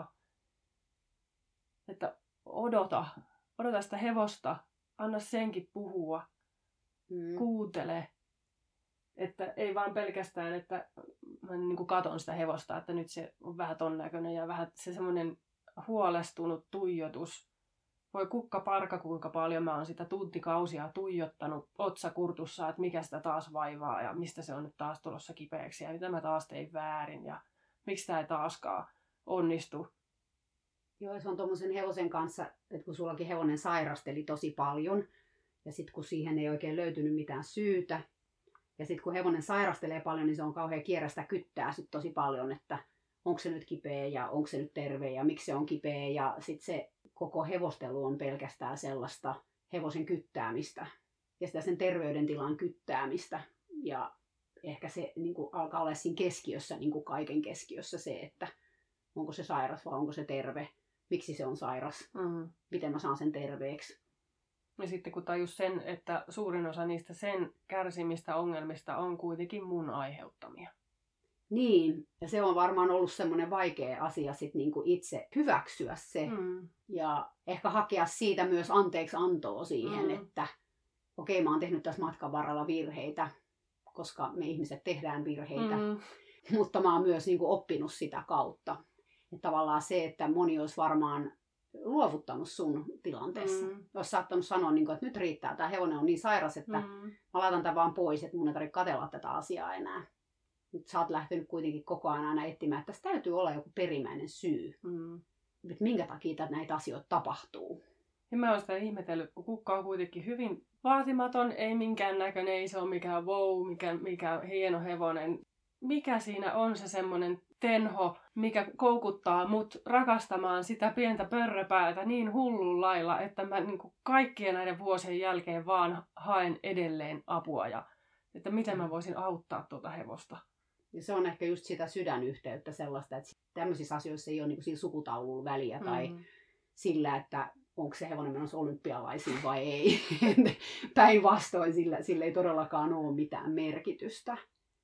että odota sitä hevosta, anna senkin puhua, kuuntele. Että ei vaan pelkästään, että mä niin kuin katon sitä hevosta, että nyt se on vähän ton näköinen ja vähän se semmoinen huolestunut tuijotus. Voi kukka parka, kuinka paljon mä oon sitä tuntikausia tuijottanut otsakurtussa, että mikä sitä taas vaivaa ja mistä se on nyt taas tulossa kipeäksi ja mitä mä taas tein väärin ja miksi tää ei taaskaan onnistu. Joo, se on tommosen hevosen kanssa, että kun sullakin hevonen sairasteli tosi paljon ja sitten kun siihen ei oikein löytynyt mitään syytä, ja sitten kun hevonen sairastelee paljon, niin se on kauhean kierrästä kyttää sit tosi paljon, että onko se nyt kipeä ja onko se nyt terve ja miksi se on kipeä. Ja sitten se koko hevostelu on pelkästään sellaista hevosen kyttäämistä ja sitä sen terveydentilan kyttäämistä. Ja ehkä se niin kuin alkaa olla siinä keskiössä, niin kuin kaiken keskiössä se, että onko se sairas vai onko se terve, miksi se on sairas, miten mä saan sen terveeksi. Ja sitten kun tajus sen, että suurin osa niistä sen kärsimistä ongelmista on kuitenkin mun aiheuttamia. Niin, ja se on varmaan ollut semmoinen vaikea asia sit niinku itse hyväksyä se. Ja ehkä hakea siitä myös anteeksi antoa siihen, että okei, mä oon tehnyt tässä matkan varrella virheitä, koska me ihmiset tehdään virheitä. Mutta mä oon myös niinku oppinut sitä kautta. Että tavallaan se, että moni olisi varmaan luovuttanut sun tilanteessa. Olisi saattanut sanoa, että nyt riittää, tämä hevonen on niin sairas, että mä laitan tämän vaan pois, että mun ei tarvitse katsella tätä asiaa enää. Nyt sä oot lähtenyt kuitenkin koko ajan aina etsimään, että tässä täytyy olla joku perimmäinen syy. Että minkä takia näitä asioita tapahtuu. Ja mä oon sitä ihmetellyt, kun kukka on kuitenkin hyvin vaatimaton, ei minkään näköinen, ei se ole mikään wow, mikä hieno hevonen. Mikä siinä on se semmoinen tenho, mikä koukuttaa mut rakastamaan sitä pientä pörröpäätä niin hullun lailla, että mä niin kuin kaikkien näiden vuosien jälkeen vaan haen edelleen apua ja että miten mä voisin auttaa tuota hevosta. Ja se on ehkä just sitä sydänyhteyttä sellaista, että tämmöisissä asioissa ei ole niin kuin siinä sukutaululla väliä tai sillä, että onko se hevonen menossa olympialaisiin vai ei. Päinvastoin sillä ei todellakaan ole mitään merkitystä.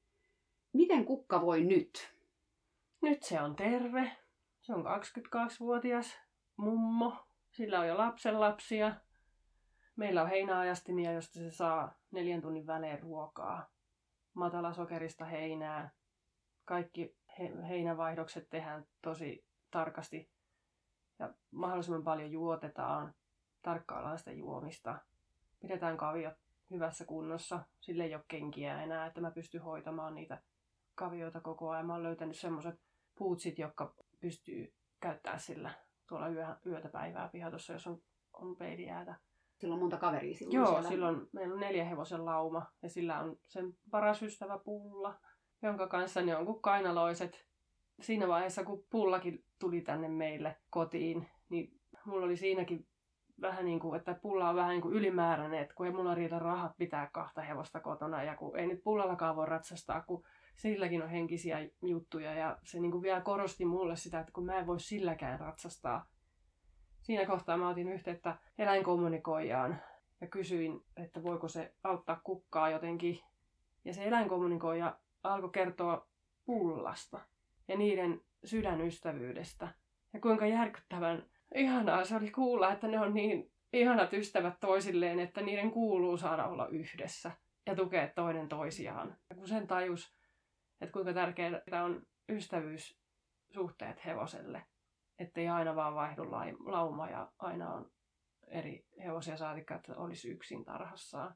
Miten kukka voi nyt? Nyt se on terve. Se on 22-vuotias mummo. Sillä on jo lapsenlapsia. Meillä on heinäajastimia, josta se saa 4 tunnin välein ruokaa. Matalasokerista heinää. Kaikki heinävaihdokset tehdään tosi tarkasti. Ja mahdollisimman paljon juotetaan. Tarkkaillaan sitä juomista. Pidetään kaviot hyvässä kunnossa. Sille ei ole kenkiä enää, että mä pystyn hoitamaan niitä kavioita koko ajan. Mä oon löytänyt semmoiset puutsit, jotka pystyy käyttämään sillä tuolla yötä päivää pihatossa, jos on peilijäätä. Sillä on monta kaveria silloin Joo, siellä. silloin meillä on 4 hevosen lauma ja sillä on sen paras ystävä Pulla, jonka kanssa ne on kuin kainaloiset. Siinä vaiheessa, kun Pullakin tuli tänne meille kotiin, niin mulla oli siinäkin vähän niin kuin, että Pulla on vähän niin kuin ylimääräinen, että kun ei mulla riitä rahat pitää 2 hevosta kotona ja kun ei nyt Pullallakaan voi ratsastaa, kun silläkin on henkisiä juttuja ja se niin kuin vielä korosti mulle sitä, että kun mä en voi silläkään ratsastaa. Siinä kohtaa mä otin yhteyttä eläinkommunikoijaan ja kysyin, että voiko se auttaa Kukkaa jotenkin. Ja se eläinkommunikoija alkoi kertoa Pullasta ja niiden sydänystävyydestä. Ja kuinka järkyttävän ihanaa se oli kuulla, että ne on niin ihanat ystävät toisilleen, että niiden kuuluu saada olla yhdessä ja tukea toinen toisiaan. Ja kun sen tajus, että kuinka tärkeää on ystävyyssuhteet hevoselle, ettei aina vaan vaihdu lauma ja aina on eri hevosia saatikka, että olisi yksin tarhassaan.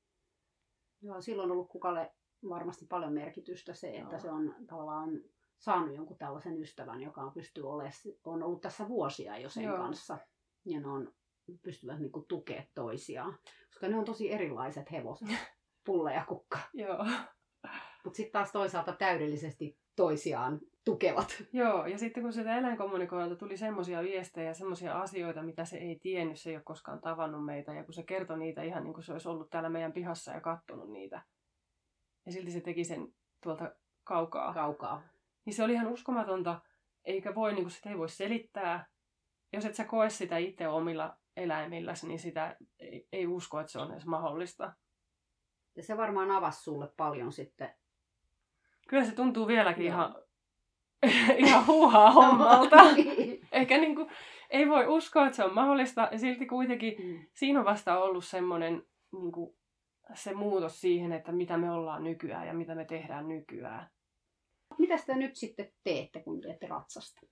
Joo, silloin on ollut Kukalle varmasti paljon merkitystä se, että se on tavallaan saanut jonkun tällaisen ystävän, joka on ollut tässä vuosia jo sen kanssa. Ja ne pystyvät niinku tukemaan toisiaan. Koska ne on tosi erilaiset hevoset, Pulla ja Kukka. Joo. Mutta sitten taas toisaalta täydellisesti toisiaan tukevat. Joo, ja sitten kun sitä eläinkommunikoilta tuli semmoisia viestejä, semmoisia asioita, mitä se ei tiennyt, se ei ole koskaan tavannut meitä. Ja kun se kertoi niitä ihan niin kuin se olisi ollut täällä meidän pihassa ja katsonut niitä. Ja silti se teki sen tuolta kaukaa. Niin se oli ihan uskomatonta, eikä voi, niin kuin sitä ei voi selittää. Jos et sä koe sitä itse omilla eläimilläsi, niin sitä ei usko, että se on edes mahdollista. Ja se varmaan avasi sulle paljon sitten. Kyllä se tuntuu vieläkin ihan huuhaa hommalta. Eikä niinku, ei voi uskoa, että se on mahdollista. Ja silti kuitenkin siinä on vasta ollut semmoinen niinku, se muutos siihen, että mitä me ollaan nykyään ja mitä me tehdään nykyään. Mitä te nyt sitten teette, kun teette ratsasta?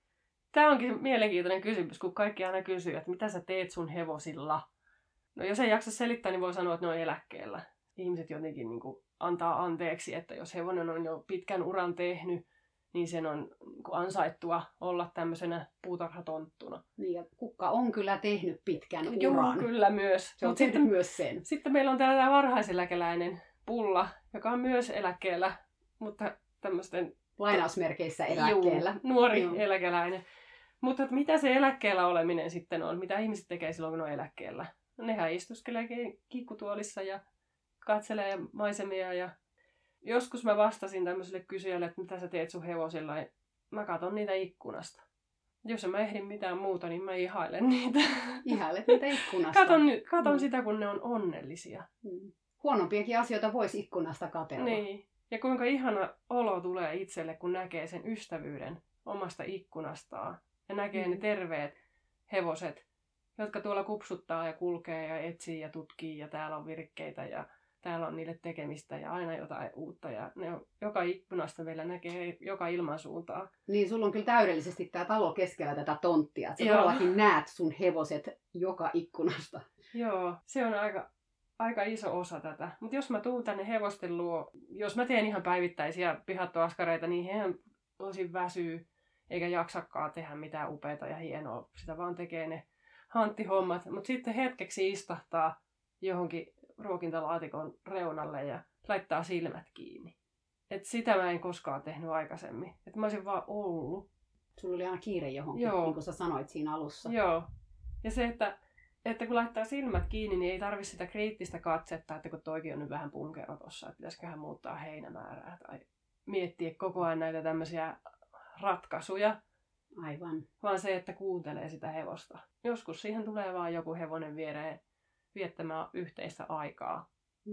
Tämä onkin mielenkiintoinen kysymys, kun kaikki aina kysyy, että mitä sä teet sun hevosilla. No jos ei jaksa selittää, niin voi sanoa, että ne on eläkkeellä. Ihmiset jotenkin niin kuin antaa anteeksi, että jos hevonen on jo pitkän uran tehnyt, niin sen on niin kuin ansaittua olla tämmöisenä puutarhatonttuna. Niin ja Kukka on kyllä tehnyt pitkän uran. Joo, kyllä myös. Se on tehnyt myös sen. Sitten meillä on täällä tämä varhaiseläkeläinen Pulla, joka on myös eläkkeellä, mutta tämmöisten lainausmerkeissä eläkkeellä. Nuori eläkeläinen. Mutta mitä se eläkkeellä oleminen sitten on? Mitä ihmiset tekee silloin, kun on eläkkeellä? Nehän istuskelee kikkutuolissa ja katselee maisemia. Ja joskus mä vastasin tämmöiselle kysyjälle, että mitä sä teet sun hevosilla. Ja mä katon niitä ikkunasta. Jos en mä ehdin mitään muuta, niin mä ihailen niitä. Ihailet niitä ikkunasta. Katon sitä, kun ne on onnellisia. Huonompiakin asioita voisi ikkunasta katsella. Niin. Ja kuinka ihana olo tulee itselle, kun näkee sen ystävyyden omasta ikkunastaan. Ja näkee ne terveet hevoset, jotka tuolla kupsuttaa ja kulkee ja etsii ja tutkii. Ja täällä on virkkeitä ja täällä on niille tekemistä ja aina jotain uutta. Ja ne on, joka ikkunasta vielä näkee joka ilmansuuntaa. Niin, sulla on kyllä täydellisesti tämä talo keskellä tätä tonttia. Sä todellakin näet sun hevoset joka ikkunasta. Joo, se on aika iso osa tätä. Mutta jos mä tuun tänne hevosten luo, jos mä teen ihan päivittäisiä pihattoaskareita, niin hehän osin väsyy eikä jaksakaan tehdä mitään upeata ja hienoa. Sitä vaan tekee ne hanttihommat. Mutta sitten hetkeksi istahtaa johonkin ruokintalaatikon reunalle ja laittaa silmät kiinni. Et sitä mä en koskaan tehnyt aikaisemmin. Et mä olisin vaan ollut. Sulla oli aina kiire johonkin, niin kuin sä sanoit siinä alussa. Joo. Ja se, että kun laittaa silmät kiinni, niin ei tarvitse sitä kriittistä katsetta, että kun toikin on nyt vähän punkero tossa, että pitäisiköhän muuttaa heinämäärää tai miettiä koko ajan näitä tämmöisiä ratkaisuja. Aivan. Vaan se, että kuuntelee sitä hevosta. Joskus siihen tulee vaan joku hevonen viereen viettämään yhteistä aikaa.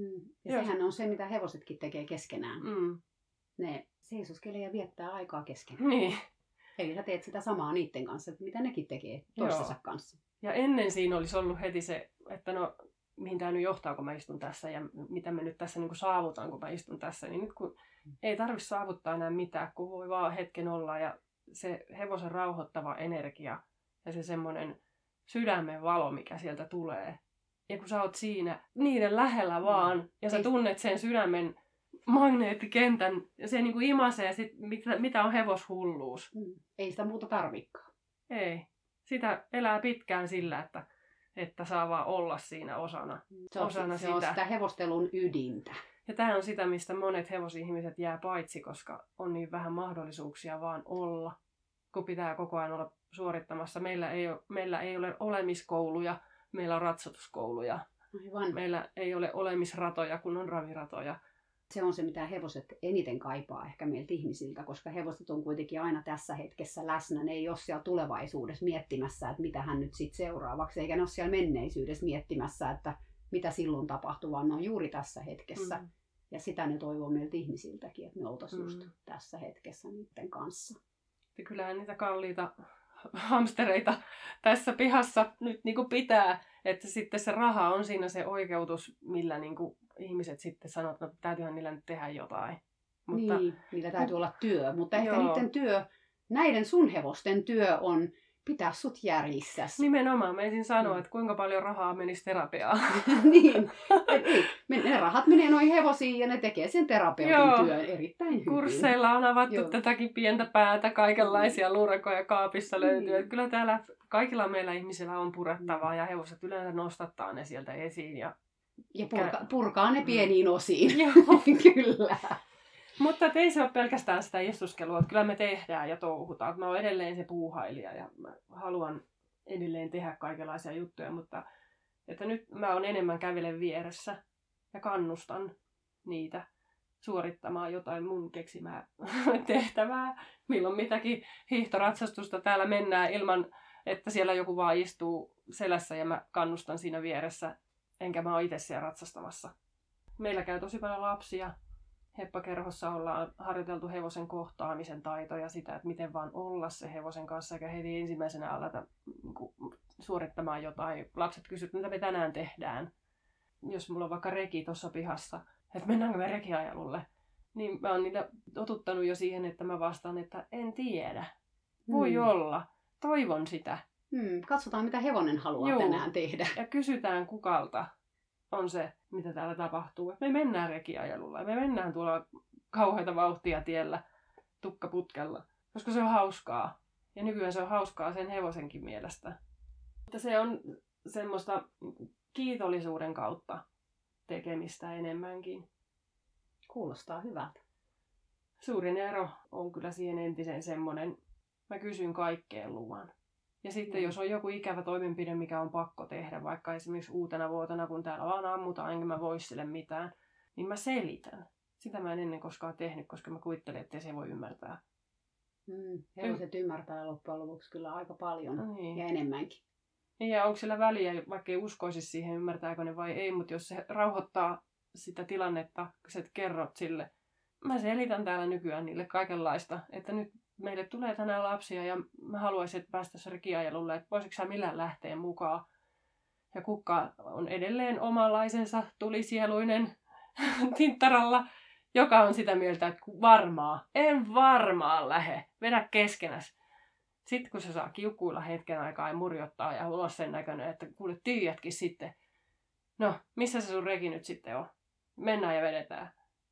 Ja sehän on se, mitä hevosetkin tekee keskenään. Ne seisoskelee ja viettää aikaa keskenään. Niin. Eli sä teet sitä samaa niiden kanssa, mitä nekin tekee toistensa kanssa. Ja ennen siinä olisi ollut heti se, että no mihin tämä nyt johtaa, kun mä istun tässä ja mitä mä nyt tässä niin kuin saavutan, kun mä istun tässä. Niin nyt kun ei tarvitse saavuttaa enää mitään, kun voi vaan hetken olla ja se hevosen rauhoittava energia ja se semmoinen sydämen valo, mikä sieltä tulee. Ja kun sä oot siinä niiden lähellä vaan ja sä tunnet sen sydämen magneettikentän ja se niin kuin imasee sit, mitä on hevoshulluus. Ei sitä muuta tarvikaan. Ei. Sitä elää pitkään sillä, että että saa vaan olla siinä osana Se on sitä hevostelun ydintä. Ja tämä on sitä, mistä monet hevosihmiset jää paitsi, koska on niin vähän mahdollisuuksia vaan olla, kun pitää koko ajan olla suorittamassa. Meillä ei ole olemiskouluja, meillä on ratsastuskouluja. Aivan. Meillä ei ole olemisratoja, kun on raviratoja. Se on se, mitä hevoset eniten kaipaa ehkä meiltä ihmisiltä, koska hevoset on kuitenkin aina tässä hetkessä läsnä. Ne ei ole siellä tulevaisuudessa miettimässä, että mitä hän nyt sitten seuraavaksi, eikä ne ole siellä menneisyydessä miettimässä, että mitä silloin tapahtuu, vaan ne on juuri tässä hetkessä. Ja sitä ne toivoo meiltä ihmisiltäkin, että me oltaisiin just tässä hetkessä niiden kanssa. Ja kyllähän niitä kalliita hamstereita tässä pihassa nyt niin kuin pitää, että sitten se raha on siinä se oikeutus, millä niin kuin ihmiset sitten sanoo, että no, täytyyhän niillä nyt tehdä jotain. Mutta, niin, niillä täytyy olla työ, mutta ehkä niiden työ, näiden sun hevosten työ on pitää sut järjissäsi. Nimenomaan, mä ensin sanoa, että kuinka paljon rahaa menisi terapiaan. Niin, ne rahat menee noihin hevosiin ja ne tekee sen terapeutin työn erittäin hyvin. Kursseilla on avattu tätäkin pientä päätä, kaikenlaisia luurakoja kaapissa löytyy. Että kyllä täällä kaikilla meillä ihmisillä on purettavaa ja hevoset yleensä nostattaa ne sieltä esiin. Ja purkaa ne pieniin osiin. Joo. Kyllä. Mutta ei se ole pelkästään sitä istuskelua, että kyllä me tehdään ja touhutaan. Mä oon edelleen se puuhailija ja mä haluan edelleen tehdä kaikenlaisia juttuja, mutta että nyt mä oon enemmän kävelen vieressä ja kannustan niitä suorittamaan jotain mun keksimää tehtävää. Milloin mitäkin hiihtoratsastusta täällä mennään ilman, että siellä joku vaan istuu selässä ja mä kannustan siinä vieressä, enkä mä oon itse siellä ratsastamassa. Meillä käy tosi paljon lapsia. Heppakerhossa ollaan harjoiteltu hevosen kohtaamisen taitoja sitä, että miten vaan olla se hevosen kanssa, eikä heti ensimmäisenä aleta suorittamaan jotain. Lapset kysyvät, mitä me tänään tehdään. Jos mulla on vaikka reki tuossa pihassa, että mennäänkö me rekiajelulle, niin mä oon niitä totuttanut jo siihen, että mä vastaan, että en tiedä. Voi olla. Toivon sitä. Katsotaan, mitä hevonen haluaa tänään tehdä. Ja kysytään kukalta. On se, mitä täällä tapahtuu. Me mennään rekiajelulla ja me mennään tuolla kauheita vauhtia tiellä tukkaputkella, koska se on hauskaa. Ja nykyään se on hauskaa sen hevosenkin mielestä. Mutta se on semmoista kiitollisuuden kautta tekemistä enemmänkin. Kuulostaa hyvältä. Suurin ero on kyllä siihen entiseen semmoinen, mä kysyn kaikkeen luvan. Ja sitten jos on joku ikävä toimenpide, mikä on pakko tehdä, vaikka esimerkiksi uutena vuotena, kun täällä vaan ammutaan, enkä mä voi sille mitään, niin mä selitän. Sitä mä en ennen koskaan tehnyt, koska mä kuvittelin, ettei se voi ymmärtää. Hevoset ymmärtää loppujen lopuksi kyllä aika paljon ja enemmänkin. Ja onko sillä väliä, vaikka ei uskoisi siihen, ymmärtääkö ne vai ei, mutta jos se rauhoittaa sitä tilannetta, kun sä kerrot sille. Mä selitän täällä nykyään niille kaikenlaista, että nyt meille tulee tänään lapsia ja mä haluaisin, että päästäisiin rekiajelulle, että voisitko sä millään lähteä mukaan. Ja Kukka on edelleen omanlaisensa tulisieluinen tinttaralla, joka on sitä mieltä, että en varmaan lähde, vedä keskenäs. Sitten kun se saa kiukuilla hetken aikaa ja murjottaa ja olla sen näköinen, että kuule tiedätkin sitten, no missä se sun reki nyt sitten on? Mennään ja vedetään.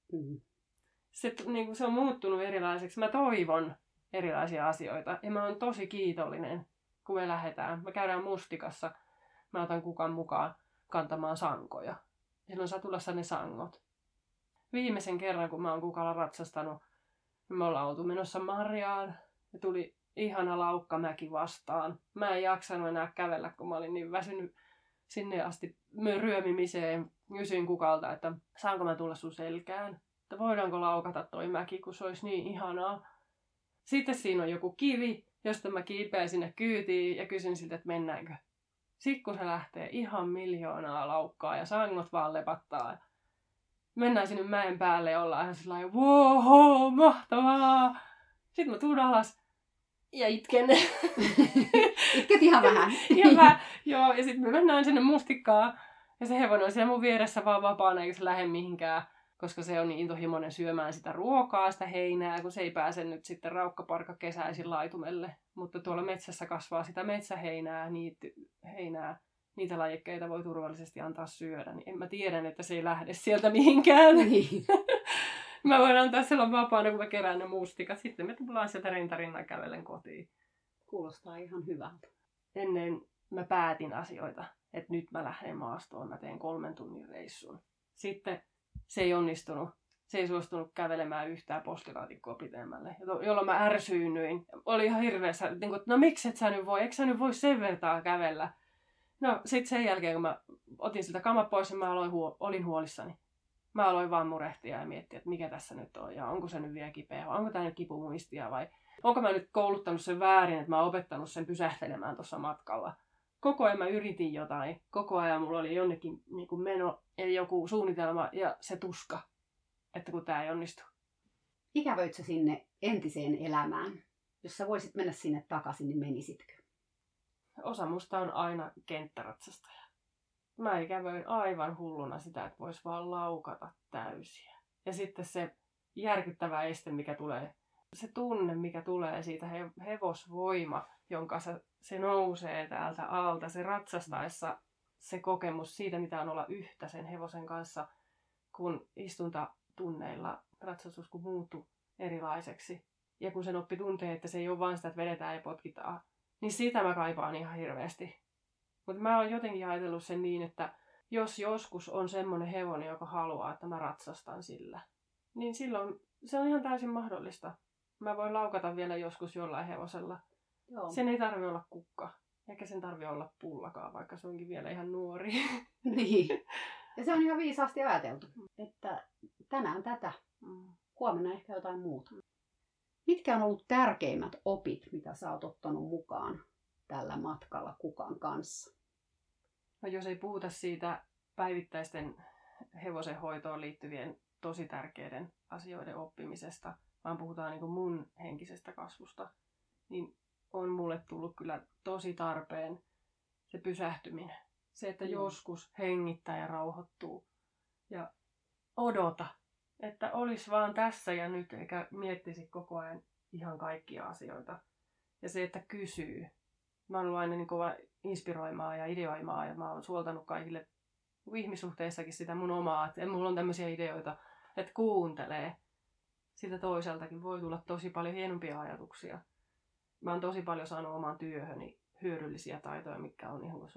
Se on muuttunut erilaiseksi. Mä toivon erilaisia asioita ja mä oon tosi kiitollinen, kun me lähdetään. Me käydään Mustikassa. Mä otan Kukan mukaan kantamaan sankoja. Silloin saa tulla ne sangot. Viimeisen kerran, kun mä oon Kukalla ratsastanut, me ollaan oltu menossa Marjaan ja tuli ihana laukkamäki vastaan. Mä en jaksanut enää kävellä, kun mä olin niin väsynyt sinne asti ryömimiseen. Kysyin Kukalta, että saanko mä tulla sun selkään? Että voidaanko laukata toi mäki, kun se olisi niin ihanaa. Sitten siinä on joku kivi, josta mä kiipeän sinne kyytiin ja kysyn siltä, että mennäänkö. Sitten kun se lähtee ihan miljoonaa laukkaa ja sangot vaan lepattaa. Mennään sinne mäen päälle ja ollaan ihan sellainen, wow, mahtavaa. Sitten mä tuun alas ja itken. Itket ihan vähän. Joo, ja sitten me mennään sinne Mustikkaan. Ja se hevonen on siellä mun vieressä vaan vapaana, eikä se lähde mihinkään. Koska se on niin intohimoinen syömään sitä ruokaa, sitä heinää, kun se ei pääse nyt sitten raukkaparka kesäisin laitumelle. Mutta tuolla metsässä kasvaa sitä metsäheinää, heinää. Niitä lajikkeita voi turvallisesti antaa syödä. Niin en mä tiedän, että se ei lähde sieltä mihinkään. Niin. Mä voin antaa silloin vapaana, kun mä kerään ne mustikat. Sitten me tullaan sieltä rintarinnan kävellen kotiin. Kuulostaa ihan hyvältä. Ennen mä päätin asioita. että nyt mä lähden maastoon, mä teen 3 tunnin reissun. Sitten se ei onnistunut. Se ei suostunut kävelemään yhtään postilaatikkoa pitemmälle, jolloin mä ärsyynnyin. Oli ihan hirveässä, että no miksi et sä nyt voi, eikö sä nyt voi sen vertaa kävellä? No sit sen jälkeen, kun mä otin siltä kamat pois, niin mä olin huolissani. Mä aloin vaan murehtia ja miettiä, että mikä tässä nyt on ja onko se nyt vielä kipeä vai onko tää nyt kipumuistia vai onko mä nyt kouluttanut sen väärin, että mä oon opettanut sen pysähtelemään tuossa matkalla. Koko ajan mä yritin jotain, koko ajan mulla oli jonnekin niin kuin meno ja joku suunnitelma ja se tuska, että kun tää ei onnistu. Ikävöit sä sinne entiseen elämään? Jos sä voisit mennä sinne takaisin, niin menisitkö? Osa musta on aina kenttäratsastaja. Mä ikävöin aivan hulluna sitä, että vois vaan laukata täysiä. Ja sitten se järkyttävä este, mikä tulee, se tunne, mikä tulee siitä hevosvoima, jonka se nousee täältä alta, se ratsastaessa, se kokemus siitä, mitä on olla yhtä sen hevosen kanssa, kun istuntatunneilla ratsastus kun muuttui erilaiseksi. Ja kun sen oppi tuntee, että se ei ole vain sitä, että vedetään ja potkitaan, niin sitä mä kaipaan ihan hirveästi. Mutta mä oon jotenkin ajatellut sen niin, että jos joskus on semmoinen hevonen, joka haluaa, että mä ratsastan sillä, niin silloin se on ihan täysin mahdollista. Mä voin laukata vielä joskus jollain hevosella. Joo. Sen ei tarvitse olla kukka, eikä sen tarvitse olla pullakaan, vaikka se onkin vielä ihan nuori. Niin. Ja se on ihan viisaasti ajateltu, että tänään tätä, huomenna ehkä jotain muuta. Mitkä on ollut tärkeimmät opit, mitä sä oot ottanut mukaan tällä matkalla Kukan kanssa? No jos ei puhuta siitä päivittäisten hevosenhoitoon liittyvien tosi tärkeiden asioiden oppimisesta, vaan puhutaan niin kuin mun henkisestä kasvusta, niin on mulle tullut kyllä tosi tarpeen se pysähtyminen. Se, että joskus hengittää ja rauhoittuu ja odota, että olisi vaan tässä ja nyt, eikä miettisi koko ajan ihan kaikkia asioita. Ja se, että kysyy. Mä oon ollut aina niin kova inspiroimaan ja ideoimaan ja mä oon suoltanut kaikille ihmissuhteissakin sitä mun omaa, että mulla on tämmöisiä ideoita, että kuuntelee. Sitä toiseltakin voi tulla tosi paljon hienompia ajatuksia. Mä oon tosi paljon saanut omaan työhöni hyödyllisiä taitoja, mitkä on ihan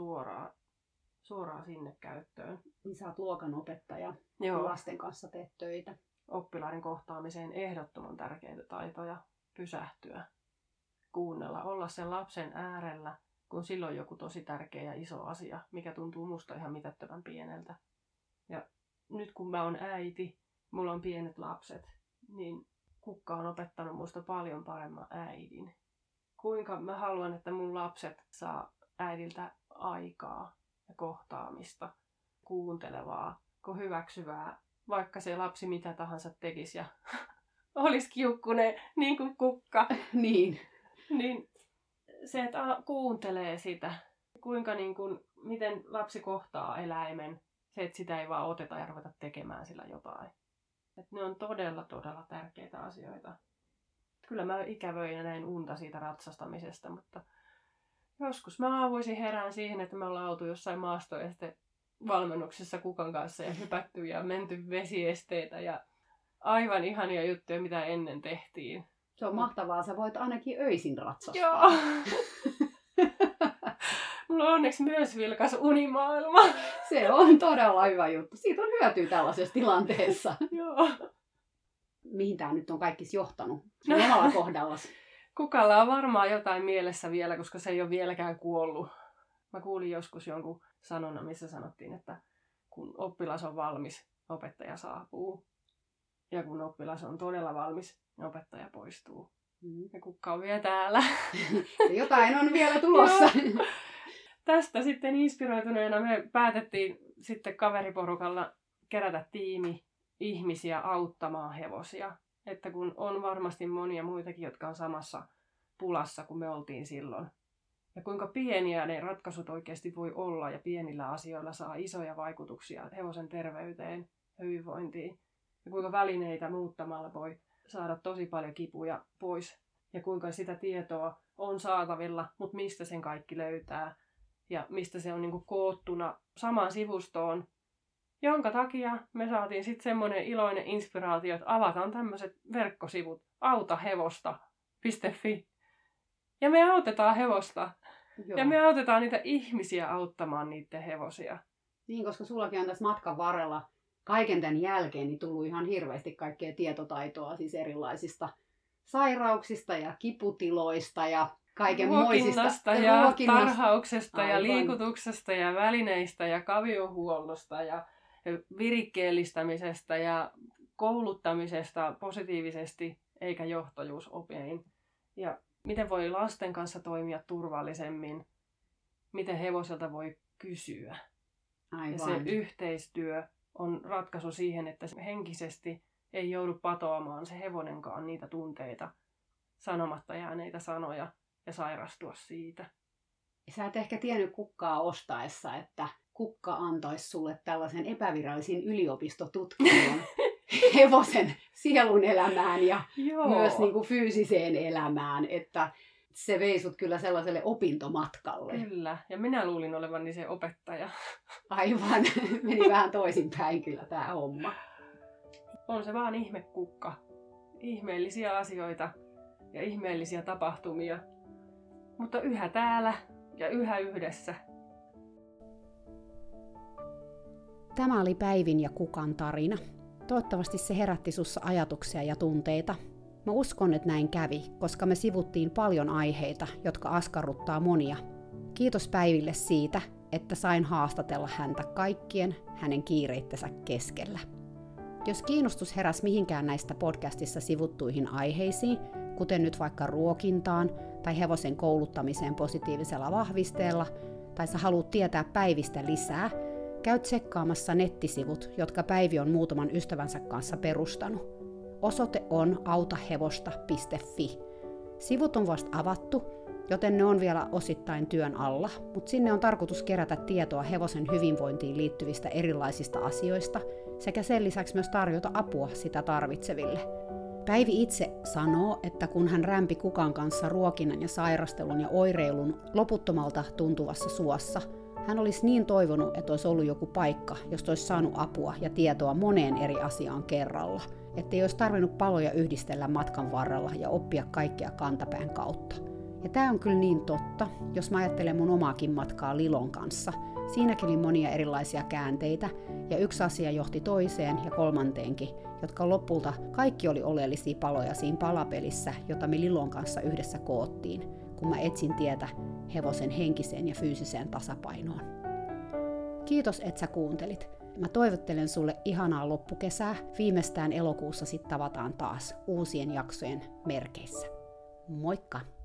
suoraan sinne käyttöön. Niin sä oot luokanopettaja, lasten kanssa teet töitä. Oppilaiden kohtaamiseen ehdottoman tärkeitä taitoja. Pysähtyä, kuunnella, olla sen lapsen äärellä, kun silloin joku tosi tärkeä ja iso asia, mikä tuntuu musta ihan mitättömän pieneltä. Ja nyt kun mä oon äiti, mulla on pienet lapset, niin Kukka on opettanut musta paljon paremman äidin. Kuinka mä haluan, että mun lapset saa äidiltä aikaa ja kohtaamista, kuuntelevaa, hyväksyvää, vaikka se lapsi mitä tahansa tekisi ja olisi kiukkunen niin kuin Kukka. Niin. Niin se, että kuuntelee sitä, kuinka miten lapsi kohtaa eläimen, se, että sitä ei vaan oteta ja ruveta tekemään sillä jotain. Että ne on todella, todella tärkeitä asioita. Kyllä mä ikävöin ja näin unta siitä ratsastamisesta, mutta joskus mä aamuisin herään siihen, että me ollaan oltu jossain maastoeste-valmennuksessa Kukan kanssa ja hypätty ja menty vesiesteitä ja aivan ihania juttuja, mitä ennen tehtiin. Se on mahtavaa, sä voit ainakin öisin ratsastaa. Joo. Mulla on onneksi myös vilkas unimaailma. Se on todella hyvä juttu. Siitä on hyötyä tällaisessa tilanteessa. Joo. Mihin tää nyt on kaikki johtanut? Omalla kohdallasi. Kukalla on varmaan jotain mielessä vielä, koska se ei ole vieläkään kuollut. Mä kuulin joskus jonkun sanonnan, missä sanottiin, että kun oppilas on valmis, opettaja saapuu. Ja kun oppilas on todella valmis, niin opettaja poistuu. Ja Kukka on vielä täällä. Jotain on vielä tulossa. Tästä sitten inspiroituneena me päätettiin sitten kaveriporukalla kerätä tiimi ihmisiä auttamaan hevosia. Että kun on varmasti monia muitakin, jotka on samassa pulassa kuin me oltiin silloin. Ja kuinka pieniä ne ratkaisut oikeasti voi olla ja pienillä asioilla saa isoja vaikutuksia hevosen terveyteen ja hyvinvointiin. Ja kuinka välineitä muuttamalla voi saada tosi paljon kipuja pois. Ja kuinka sitä tietoa on saatavilla, mutta mistä sen kaikki löytää. Ja mistä se on koottuna samaan sivustoon. Jonka takia me saatiin sitten semmoinen iloinen inspiraatio, että avataan tämmöiset verkkosivut autahevosta.fi. Ja me autetaan hevosta. Ja me autetaan niitä ihmisiä auttamaan niiden hevosia. Niin, koska sullakin on tässä matkan varrella kaiken tämän jälkeen niin tullut ihan hirveästi kaikkea tietotaitoa siis erilaisista sairauksista ja kiputiloista ja kaikenmoisista. Ja tarhauksesta ja liikutuksesta ja välineistä ja kaviohuollosta ja virikkeellistämisestä ja kouluttamisesta positiivisesti eikä johtajuusopein. Ja miten voi lasten kanssa toimia turvallisemmin, miten hevoselta voi kysyä. Aivan. Ja se yhteistyö on ratkaisu siihen, että henkisesti ei joudu patoamaan se hevonenkaan niitä tunteita, sanomatta jääneitä sanoja ja sairastua siitä. Sä et ehkä tiennyt kukkaa ostaessa, että kukka antaisi sulle tällaisen epävirallisen yliopistotutkinnon hevosen sielun elämään ja myös niin kuin fyysiseen elämään, että se vei sut kyllä sellaiselle opintomatkalle. Kyllä, ja minä luulin olevani se opettaja. Aivan, meni vähän toisinpäin kyllä tää homma. On se vaan ihmekukka. Ihmeellisiä asioita ja ihmeellisiä tapahtumia. Mutta yhä täällä ja yhä yhdessä. Tämä oli Päivin ja Kukan tarina. Toivottavasti se herätti sussa ajatuksia ja tunteita. Mä uskon, että näin kävi, koska me sivuttiin paljon aiheita, jotka askarruttaa monia. Kiitos Päiville siitä, että sain haastatella häntä kaikkien hänen kiireittensä keskellä. Jos kiinnostus heräsi mihinkään näistä podcastissa sivuttuihin aiheisiin, kuten nyt vaikka ruokintaan tai hevosen kouluttamiseen positiivisella vahvisteella, tai sä haluat tietää Päivistä lisää, käy tsekkaamassa nettisivut, jotka Päivi on muutaman ystävänsä kanssa perustanut. Osoite on autahevosta.fi. Sivut on vasta avattu, joten ne on vielä osittain työn alla, mutta sinne on tarkoitus kerätä tietoa hevosen hyvinvointiin liittyvistä erilaisista asioista sekä sen lisäksi myös tarjota apua sitä tarvitseville. Päivi itse sanoo, että kun hän rämpi kukan kanssa ruokinnan ja sairastelun ja oireilun loputtomalta tuntuvassa suossa, hän olisi niin toivonut, että olisi ollut joku paikka, josta olisi saanut apua ja tietoa moneen eri asiaan kerralla, ettei olisi tarvinnut paloja yhdistellä matkan varrella ja oppia kaikkea kantapään kautta. Ja tämä on kyllä niin totta, jos mä ajattelen mun omaakin matkaa Lilon kanssa. Siinäkin oli monia erilaisia käänteitä, ja yksi asia johti toiseen ja kolmanteenkin, jotka lopulta kaikki oli oleellisia paloja siinä palapelissä, jota me Lilon kanssa yhdessä koottiin, kun mä etsin tietä hevosen henkiseen ja fyysiseen tasapainoon. Kiitos, että sä kuuntelit. Mä toivottelen sulle ihanaa loppukesää. Viimeistään elokuussa sit tavataan taas uusien jaksojen merkeissä. Moikka!